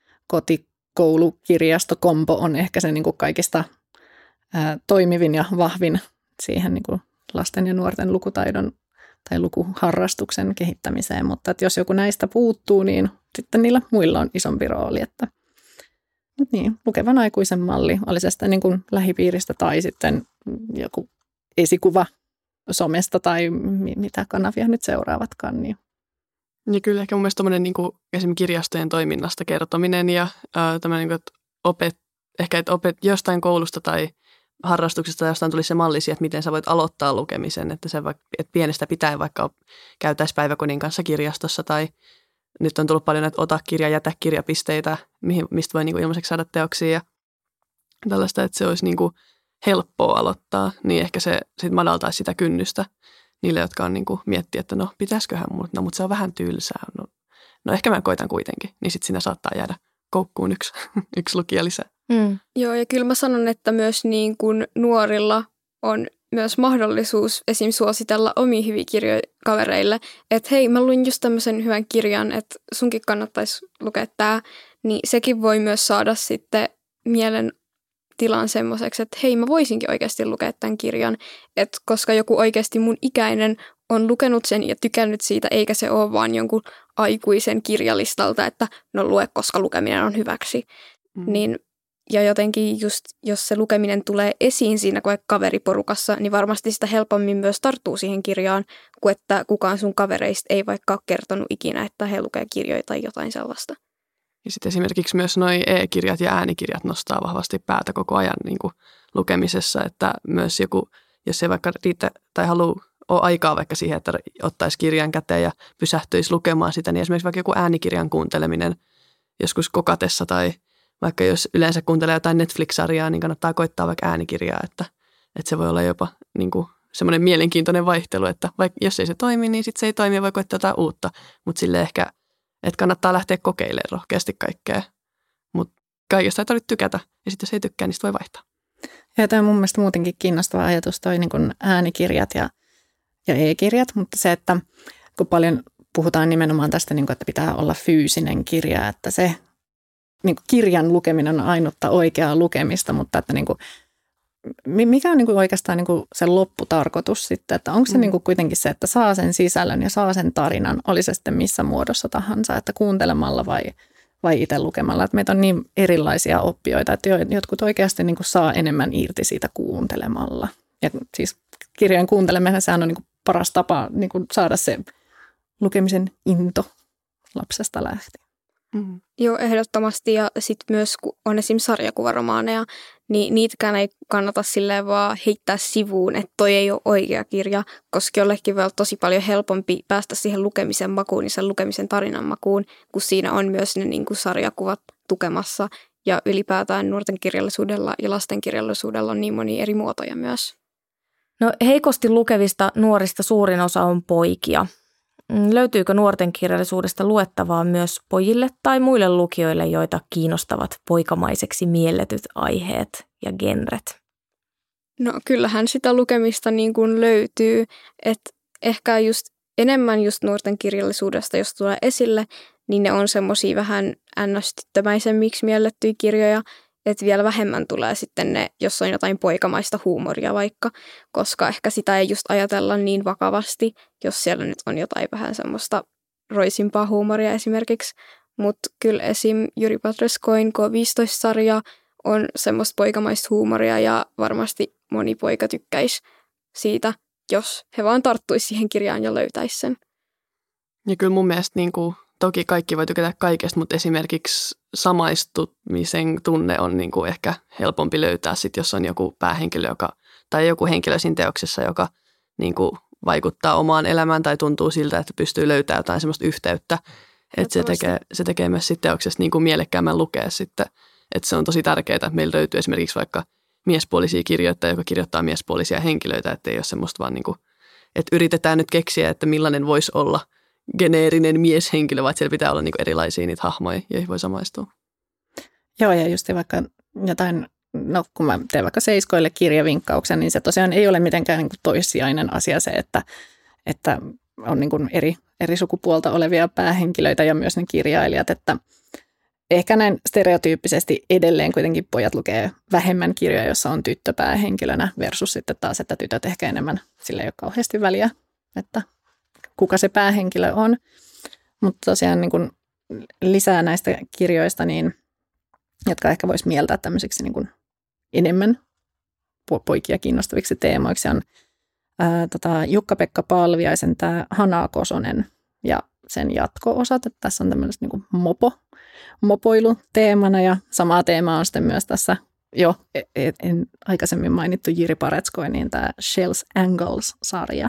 kotikoulukirjastokompo on ehkä se niin kuin kaikista ää, toimivin ja vahvin siihen niin kuin lasten ja nuorten lukutaidon tai lukuharrastuksen kehittämiseen, mutta että jos joku näistä puuttuu, niin sitten niillä muilla on isompi rooli, että niin, lukevan aikuisen malli, oli se sitten niin kuin lähipiiristä tai sitten joku esikuva somesta tai mitä kanavia nyt seuraavatkaan. Niin. Ja kyllä ehkä mun mielestä tommoinen niin kuin esimerkiksi kirjastojen toiminnasta kertominen ja ää, tämmöinen, niin että opet, ehkä että opet, jostain koulusta tai harrastuksesta jostain tulisi se malli että miten sä voit aloittaa lukemisen, että, se, että pienestä pitäen vaikka käytäisi päiväkodin kanssa kirjastossa tai nyt on tullut paljon näitä ota kirja, jätä kirjapisteitä, mistä voi niin kuin ilmaiseksi saada teoksia ja tällaista, että se olisi niin kuin helppoa aloittaa, niin ehkä se sit madaltaisi sitä kynnystä niille, jotka on niin kuin miettiä, että no pitäisiköhän mut, no mutta se on vähän tylsää, no, no ehkä mä koitan kuitenkin, niin sitten siinä saattaa jäädä koukkuun yksi, yksi lukija lisää. Mm. Joo, ja kyllä mä sanon, että myös niin kuin nuorilla on myös mahdollisuus esim. Suositella omia hyviä kirjoja kavereille, että hei, mä luin just tämmöisen hyvän kirjan, että sunkin kannattaisi lukea tämä, niin sekin voi myös saada sitten mielen tilan semmoiseksi, että hei, mä voisinkin oikeasti lukea tämän kirjan, että koska joku oikeasti mun ikäinen on lukenut sen ja tykännyt siitä, eikä se ole vaan jonkun aikuisen kirjalistalta, että no lue, koska lukeminen on hyväksi. Mm. Niin, ja jotenkin just, jos se lukeminen tulee esiin siinä vaikka kaveriporukassa, niin varmasti sitä helpommin myös tarttuu siihen kirjaan, kuin että kukaan sun kavereista ei vaikka ole kertonut ikinä, että he lukee kirjoja tai jotain sellaista. Ja sitten esimerkiksi myös nuo e-kirjat ja äänikirjat nostaa vahvasti päätä koko ajan niin kuin lukemisessa, että myös joku, jos ei vaikka riitä tai halua ole aikaa vaikka siihen, että ottaisi kirjan käteen ja pysähtyisi lukemaan sitä, niin esimerkiksi vaikka joku äänikirjan kuunteleminen joskus kokatessa tai vaikka jos yleensä kuuntelee jotain Netflix-sarjaa, niin kannattaa koittaa vaikka äänikirjaa, että, että se voi olla jopa niin kuin semmoinen mielenkiintoinen vaihtelu, että vaikka jos ei se toimi, niin sitten se ei toimi ja voi koittaa jotain uutta, mutta sille ehkä, että kannattaa lähteä kokeilemaan rohkeasti kaikkea, mutta kaikesta ei tarvitse tykätä ja sitten jos ei tykkää, niin voi vaihtaa. Ja tämä on mun mielestä muutenkin kiinnostava ajatus, toi niin kuin äänikirjat ja, ja e-kirjat, mutta se, että kun paljon puhutaan nimenomaan tästä, niin kuin, että pitää olla fyysinen kirja, että se niin kuin kirjan lukeminen on ainutta oikeaa lukemista, mutta että niin kuin, mikä on niin kuin oikeastaan niin kuin se lopputarkoitus sitten, että onko se mm. niin kuin kuitenkin se, että saa sen sisällön ja saa sen tarinan, oli se sitten missä muodossa tahansa, että kuuntelemalla vai, vai itse lukemalla. Että meitä on niin erilaisia oppijoita, että jotkut oikeasti niin kuin saa enemmän irti siitä kuuntelemalla. Ja siis kirjojen kuunteleminen, sehän on niin kuin paras tapa niin kuin saada se lukemisen into lapsesta lähtien. Mm. Joo, ehdottomasti. Ja sitten myös, kun on esimerkiksi sarjakuvaromaaneja, niin niitäkään ei kannata silleen vaan heittää sivuun, että toi ei ole oikea kirja, koska jollekin voi olla tosi paljon helpompi päästä siihen lukemisen makuun, niin sen lukemisen tarinan makuun, kun siinä on myös ne niin kuin sarjakuvat tukemassa. Ja ylipäätään nuorten kirjallisuudella ja lasten kirjallisuudella on niin monia eri muotoja myös. No heikosti lukevista nuorista suurin osa on poikia. Löytyykö nuorten kirjallisuudesta luettavaa myös pojille tai muille lukijoille, joita kiinnostavat poikamaiseksi mielletyt aiheet ja genret? No kyllähän sitä lukemista niin kuin löytyy, että ehkä just enemmän just nuorten kirjallisuudesta, jos tulee esille, niin ne on semmoisia vähän ns-tyttömäisemmiksi miellettyjä kirjoja, että vielä vähemmän tulee sitten ne, jos on jotain poikamaista huumoria vaikka, koska ehkä sitä ei just ajatella niin vakavasti, jos siellä nyt on jotain vähän semmoista roisimpaa huumoria esimerkiksi. Mutta kyllä esim. Jyri Patreskoin K viisitoista-sarja on semmoista poikamaista huumoria ja varmasti moni poika tykkäisi siitä, jos he vaan tarttuisi siihen kirjaan ja löytäisi sen. Ja kyllä mun mielestä niin kuin, toki kaikki voi tykätä kaikesta, mutta esimerkiksi samaistumisen tunne on niin kuin ehkä helpompi löytää sit, jos on joku päähenkilö joka, tai joku henkilö siinä teoksessa, joka niin kuin vaikuttaa omaan elämään tai tuntuu siltä, että pystyy löytämään jotain semmoista yhteyttä. Että se tekee, se tekee myös sit teoksesta niin kuin mielekkäämmän lukea sitten. Että se on tosi tärkeää, että meillä löytyy esimerkiksi vaikka miespuolisia kirjoittajia, joka kirjoittaa miespuolisia henkilöitä, että ei ole semmoista vaan niin kuin, että yritetään nyt keksiä, että millainen voisi olla geneerinen mieshenkilö, vaan siellä pitää olla niin kuin erilaisia niitä hahmoja, joihin voi samaistua. Joo, ja just vaikka jotain, no kun mä teen vaikka seiskoille kirjavinkkauksen, niin se tosiaan ei ole mitenkään niin kuin toissijainen asia se, että, että on niin kuin eri, eri sukupuolta olevia päähenkilöitä ja myös ne kirjailijat, että ehkä näin stereotyyppisesti edelleen kuitenkin pojat lukee vähemmän kirjoja, jossa on tyttö päähenkilönä versus sitten taas, että tytöt ehkä enemmän, sillä ei ole kauheasti väliä, että kuka se päähenkilö on. Mutta tosiaan niin kun lisää näistä kirjoista, niin, jotka ehkä voisi mieltää tämmöisiksi niin kun enemmän poikia kiinnostaviksi teemoiksi, on ää, tota, Jukka-Pekka Palviaisen tämä Hanaa Kosonen ja sen jatko-osat. Että tässä on tämmöinen niin kuin mopo, mopoilu teemana ja samaa teemaa on sitten myös tässä jo en aikaisemmin mainittu Jiri Paretskoin, niin tämä Shells Angles-sarja.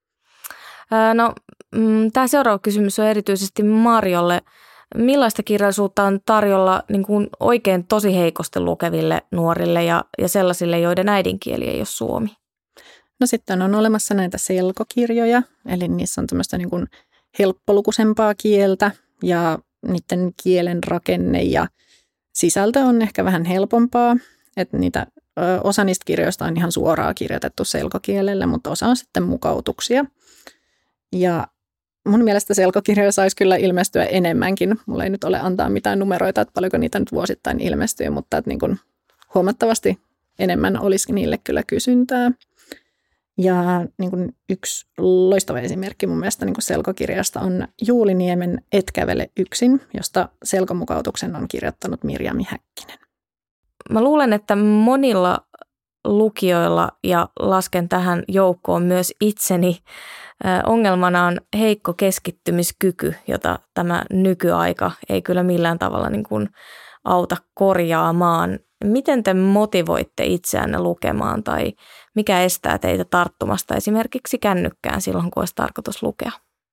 No, tämä seuraava kysymys on erityisesti Marjolle. Millaista kirjallisuutta on tarjolla niin kuin oikein tosi heikosti lukeville nuorille ja, ja sellaisille, joiden äidinkieli ei ole suomi? No sitten on olemassa näitä selkokirjoja, eli niissä on tämmöistä niin kuin helppolukuisempaa kieltä ja niiden kielen rakenne ja sisältö on ehkä vähän helpompaa. Että niitä, osa niistä kirjoista on ihan suoraan kirjoitettu selkokielelle, mutta osa on sitten mukautuksia. Ja mun mielestä selkokirjoja saisi kyllä ilmestyä enemmänkin. Mulla ei nyt ole antaa mitään numeroita, että paljonko niitä nyt vuosittain ilmestyy, mutta että niin kuin huomattavasti enemmän olisi niille kyllä kysyntää. Ja niin kuin yksi loistava esimerkki mun mielestä niin kuin selkokirjasta on Juuliniemen Et kävele yksin, josta selkomukautuksen on kirjoittanut Mirjami Häkkinen. Mä luulen, että monilla lukijoilla, ja lasken tähän joukkoon myös itseni, ongelmana on heikko keskittymiskyky, jota tämä nykyaika ei kyllä millään tavalla niin kuin auta korjaamaan. Miten te motivoitte itseänne lukemaan tai mikä estää teitä tarttumasta esimerkiksi kännykkään silloin, kun olisi tarkoitus lukea?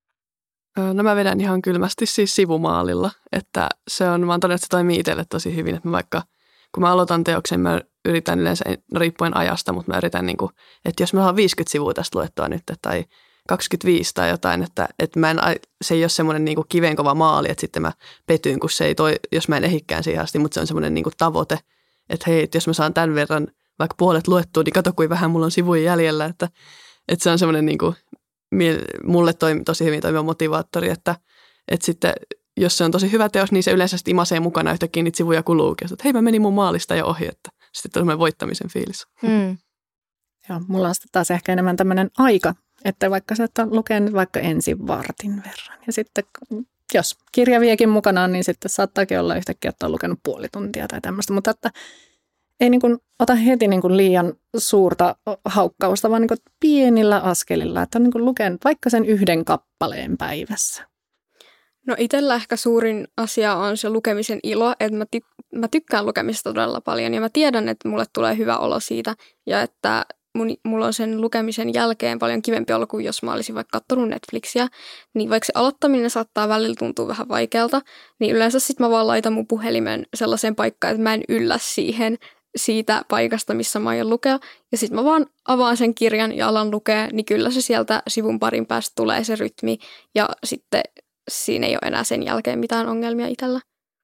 No mä vedän ihan kylmästi siis sivumaalilla, että se on, mä oon todennut, että se toimii itselle tosi hyvin, että mä vaikka kun mä aloitan teoksen, mä yritän yleensä, no riippuen ajasta, mutta mä yritän, niin kuin, että jos mä saan viisikymmentä sivua tästä luettua nyt tai kaksikymmentäviisi tai jotain, että, että mä en, se ei ole semmoinen niin kuin kivenkova maali, että sitten mä petyn, kun se ei toi, jos mä en ehikään siihen asti, mutta se on semmoinen niin kuin tavoite, että hei, että jos mä saan tämän verran vaikka puolet luettua, niin kato, kuin vähän mulla on sivuja jäljellä, että, että se on semmoinen niin kuin, mulle toimi, tosi hyvin toimiva motivaattori, että, että sitten jos se on tosi hyvä teos, niin se yleensä sitten imasee mukana yhtäkkiä niitä sivuja kuluukin. Että hei, mä menin mun maalista jo ohi, että sitten tulee voittamisen fiilis. Mm. Joo, mulla on sitten taas ehkä enemmän tämmöinen aika, että vaikka sä et ole lukenut vaikka ensin vartin verran. Ja sitten jos kirja viekin mukanaan, niin sitten saattaakin olla yhtäkkiä, että on lukenut puoli tuntia tai tämmöistä. Mutta että ei niin kuin ota heti niin kuin liian suurta haukkausta, vaan niin kuin pienillä askelilla, että on niin kuin lukenut vaikka sen yhden kappaleen päivässä. No itsellä ehkä suurin asia on se lukemisen ilo, että mä, ty- mä tykkään lukemista todella paljon ja mä tiedän, että mulle tulee hyvä olo siitä ja että mun, mulla on sen lukemisen jälkeen paljon kivempi olo kuin jos mä olisin vaikka katsonut Netflixiä, niin vaikka se aloittaminen saattaa välillä tuntua vähän vaikealta, niin yleensä sitten mä vaan laitan mun puhelimen sellaiseen paikkaan, että mä en yllä siihen siitä paikasta, missä mä aion lukea ja sitten mä vaan avaan sen kirjan ja alan lukea, niin kyllä se sieltä sivun parin päästä tulee se rytmi ja sitten siinä ei ole enää sen jälkeen mitään ongelmia itsellä.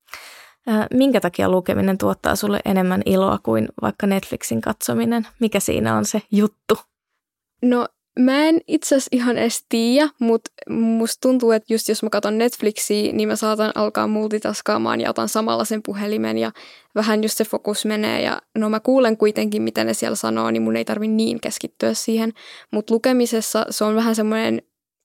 Minkä takia lukeminen tuottaa sulle enemmän iloa kuin vaikka Netflixin katsominen? Mikä siinä on se juttu? No mä en itse asiassa ihan edes tiedä, mutta musta tuntuu, että just jos mä katson Netflixiä, niin mä saatan alkaa multitaskaamaan ja otan samalla sen puhelimen ja vähän just se fokus menee. Ja no mä kuulen kuitenkin, mitä ne siellä sanoo, niin mun ei tarvi niin keskittyä siihen. Mutta lukemisessa se on vähän semmoinen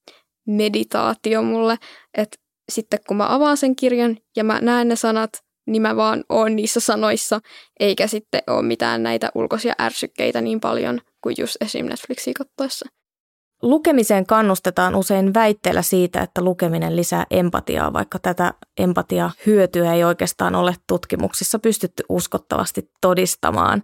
meditaatio mulle, että sitten kun mä avaan sen kirjan ja mä näen ne sanat, niin mä vaan oon niissä sanoissa, eikä sitten ole mitään näitä ulkoisia ärsykkeitä niin paljon kuin just esim. Netflixiä katsoessa. Lukemiseen kannustetaan usein väitteellä siitä, että lukeminen lisää empatiaa, vaikka tätä empatiahyötyä ei oikeastaan ole tutkimuksissa pystytty uskottavasti todistamaan.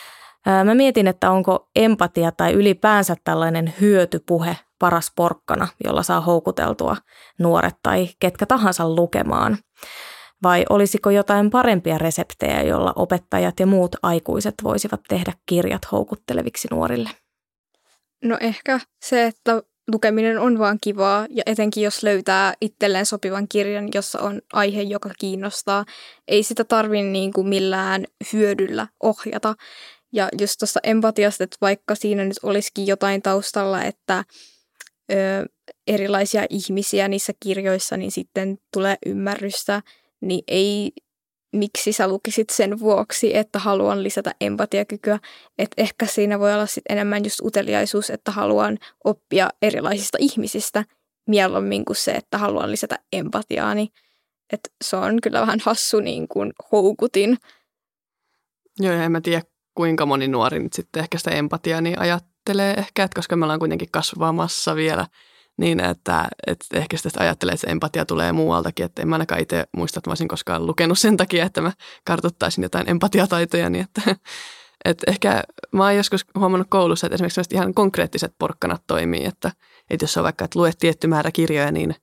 Mä mietin, että onko empatia tai ylipäänsä tällainen hyötypuhe paras porkkana, jolla saa houkuteltua nuoret tai ketkä tahansa lukemaan. Vai olisiko jotain parempia reseptejä, joilla opettajat ja muut aikuiset voisivat tehdä kirjat houkutteleviksi nuorille? No ehkä se, että lukeminen on vaan kivaa ja etenkin jos löytää itselleen sopivan kirjan, jossa on aihe, joka kiinnostaa. Ei sitä tarvitse niin kuin millään hyödyllä ohjata. Ja just tuosta empatiasta, että vaikka siinä nyt olisikin jotain taustalla, että ö, erilaisia ihmisiä niissä kirjoissa, niin sitten tulee ymmärrystä, niin ei miksi sä lukisit sen vuoksi, että haluan lisätä empatiakykyä. Että ehkä siinä voi olla sitten enemmän just uteliaisuus, että haluan oppia erilaisista ihmisistä mieluummin kuin se, että haluan lisätä empatiaa. Niin, että se on kyllä vähän hassu niin kuin houkutin. Joo, ja en mä tiedä, kuinka moni nuori nyt sitten ehkä sitä empatiaa niin ajattelee ehkä, että koska me ollaan kuitenkin kasvamassa vielä, niin että, että ehkä sitä ajattelee, että se empatia tulee muualtakin, että en mä ainakaan itse muista, että mä olisin koskaan lukenut sen takia, että mä kartoittaisin jotain empatiataitoja, niin että, että ehkä mä oon joskus huomannut koulussa, että esimerkiksi ihan konkreettiset porkkanat toimii, että, että jos on vaikka, että luet tietty määrä kirjoja, niin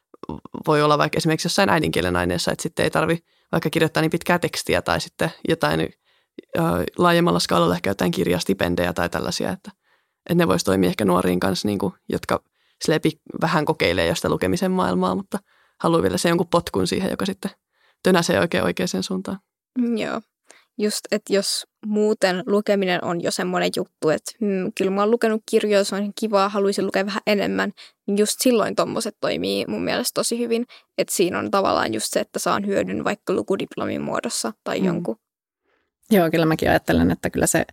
voi olla vaikka esimerkiksi jossain äidinkielen aineessa, että sitten ei tarvitse vaikka kirjoittaa niin pitkää tekstiä tai sitten jotain laajemmalla skaalalla ehkä jotain kirjastipendejä tai tällaisia, että, että ne voisi toimia ehkä nuoriin kanssa, niin kuin, jotka vähän kokeilee jo sitä lukemisen maailmaa, mutta haluaa vielä se jonkun potkun siihen, joka sitten tönäsee oikein oikeaan suuntaan. Mm, joo, just, että jos muuten lukeminen on jo semmoinen juttu, että hmm, kyllä mä oon lukenut kirjoja, se on kivaa, haluaisin lukea vähän enemmän, niin just silloin tommoset toimii mun mielestä tosi hyvin, että siinä on tavallaan just se, että saan hyödyn vaikka lukudiplomin muodossa tai mm. jonkun. Joo, kyllä mäkin ajattelen, että kyllä se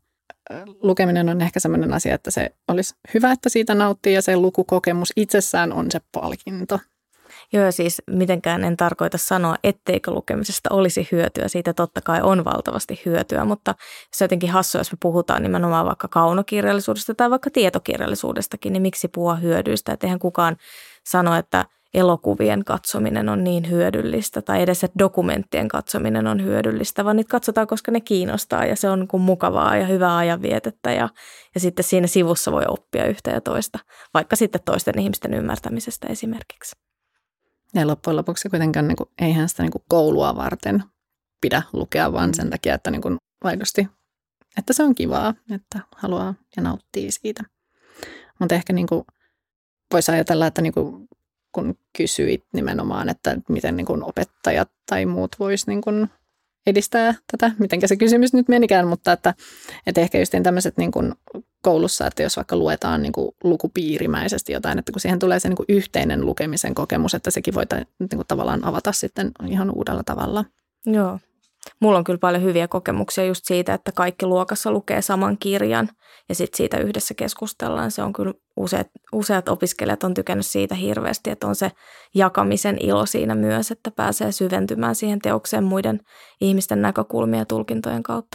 lukeminen on ehkä sellainen asia, että se olisi hyvä, että siitä nauttii ja se lukukokemus itsessään on se palkinto. Joo, ja siis mitenkään en tarkoita sanoa, etteikö lukemisesta olisi hyötyä. Siitä totta kai on valtavasti hyötyä, mutta se on jotenkin hassua, jos me puhutaan nimenomaan vaikka kaunokirjallisuudesta tai vaikka tietokirjallisuudestakin, niin miksi puhua hyödyistä? Että eihän kukaan sano, että elokuvien katsominen on niin hyödyllistä tai edes että dokumenttien katsominen on hyödyllistä, vaan niitä katsotaan, koska ne kiinnostaa ja se on niin mukavaa ja hyvää ajanvietettä ja, ja sitten siinä sivussa voi oppia yhtä ja toista, vaikka sitten toisten ihmisten ymmärtämisestä esimerkiksi. Ja loppujen lopuksi kuitenkaan niin kuin, eihän sitä niin kuin koulua varten pidä lukea, vaan sen takia, että niin kuin, aidosti, että se on kivaa, että haluaa ja nauttii siitä. Mutta ehkä niin kuin, voisi ajatella, että niin kuin, kun kysyit nimenomaan, että miten niin kuin opettajat tai muut vois niin kuin edistää tätä, mitenkä se kysymys nyt menikään, mutta että, että ehkä just tämmöiset niin kuin koulussa, että jos vaikka luetaan niin kuin lukupiirimäisesti jotain, että kun siihen tulee se niin kuin yhteinen lukemisen kokemus, että sekin voi niin kuin tavallaan avata sitten ihan uudella tavalla. Joo. Mulla on kyllä paljon hyviä kokemuksia just siitä, että kaikki luokassa lukee saman kirjan ja sitten siitä yhdessä keskustellaan. Se on kyllä useat, useat opiskelijat on tykännyt siitä hirveästi, että on se jakamisen ilo siinä myös, että pääsee syventymään siihen teokseen muiden ihmisten näkökulmia ja tulkintojen kautta.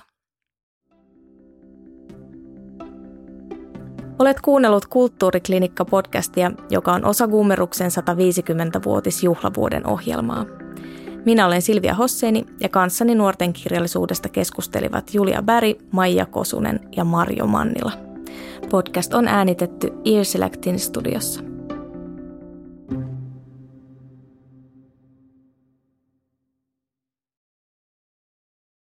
Olet kuunnellut Kulttuuriklinikka-podcastia, joka on osa Gummeruksen sataviisikymmenvuotisjuhlavuoden ohjelmaa. Minä olen Silvia Hosseini ja kanssani nuorten kirjallisuudesta keskustelivat Julia Berg, Maija Kosunen ja Marjo Mannila. Podcast on äänitetty Ear Selectin studiossa.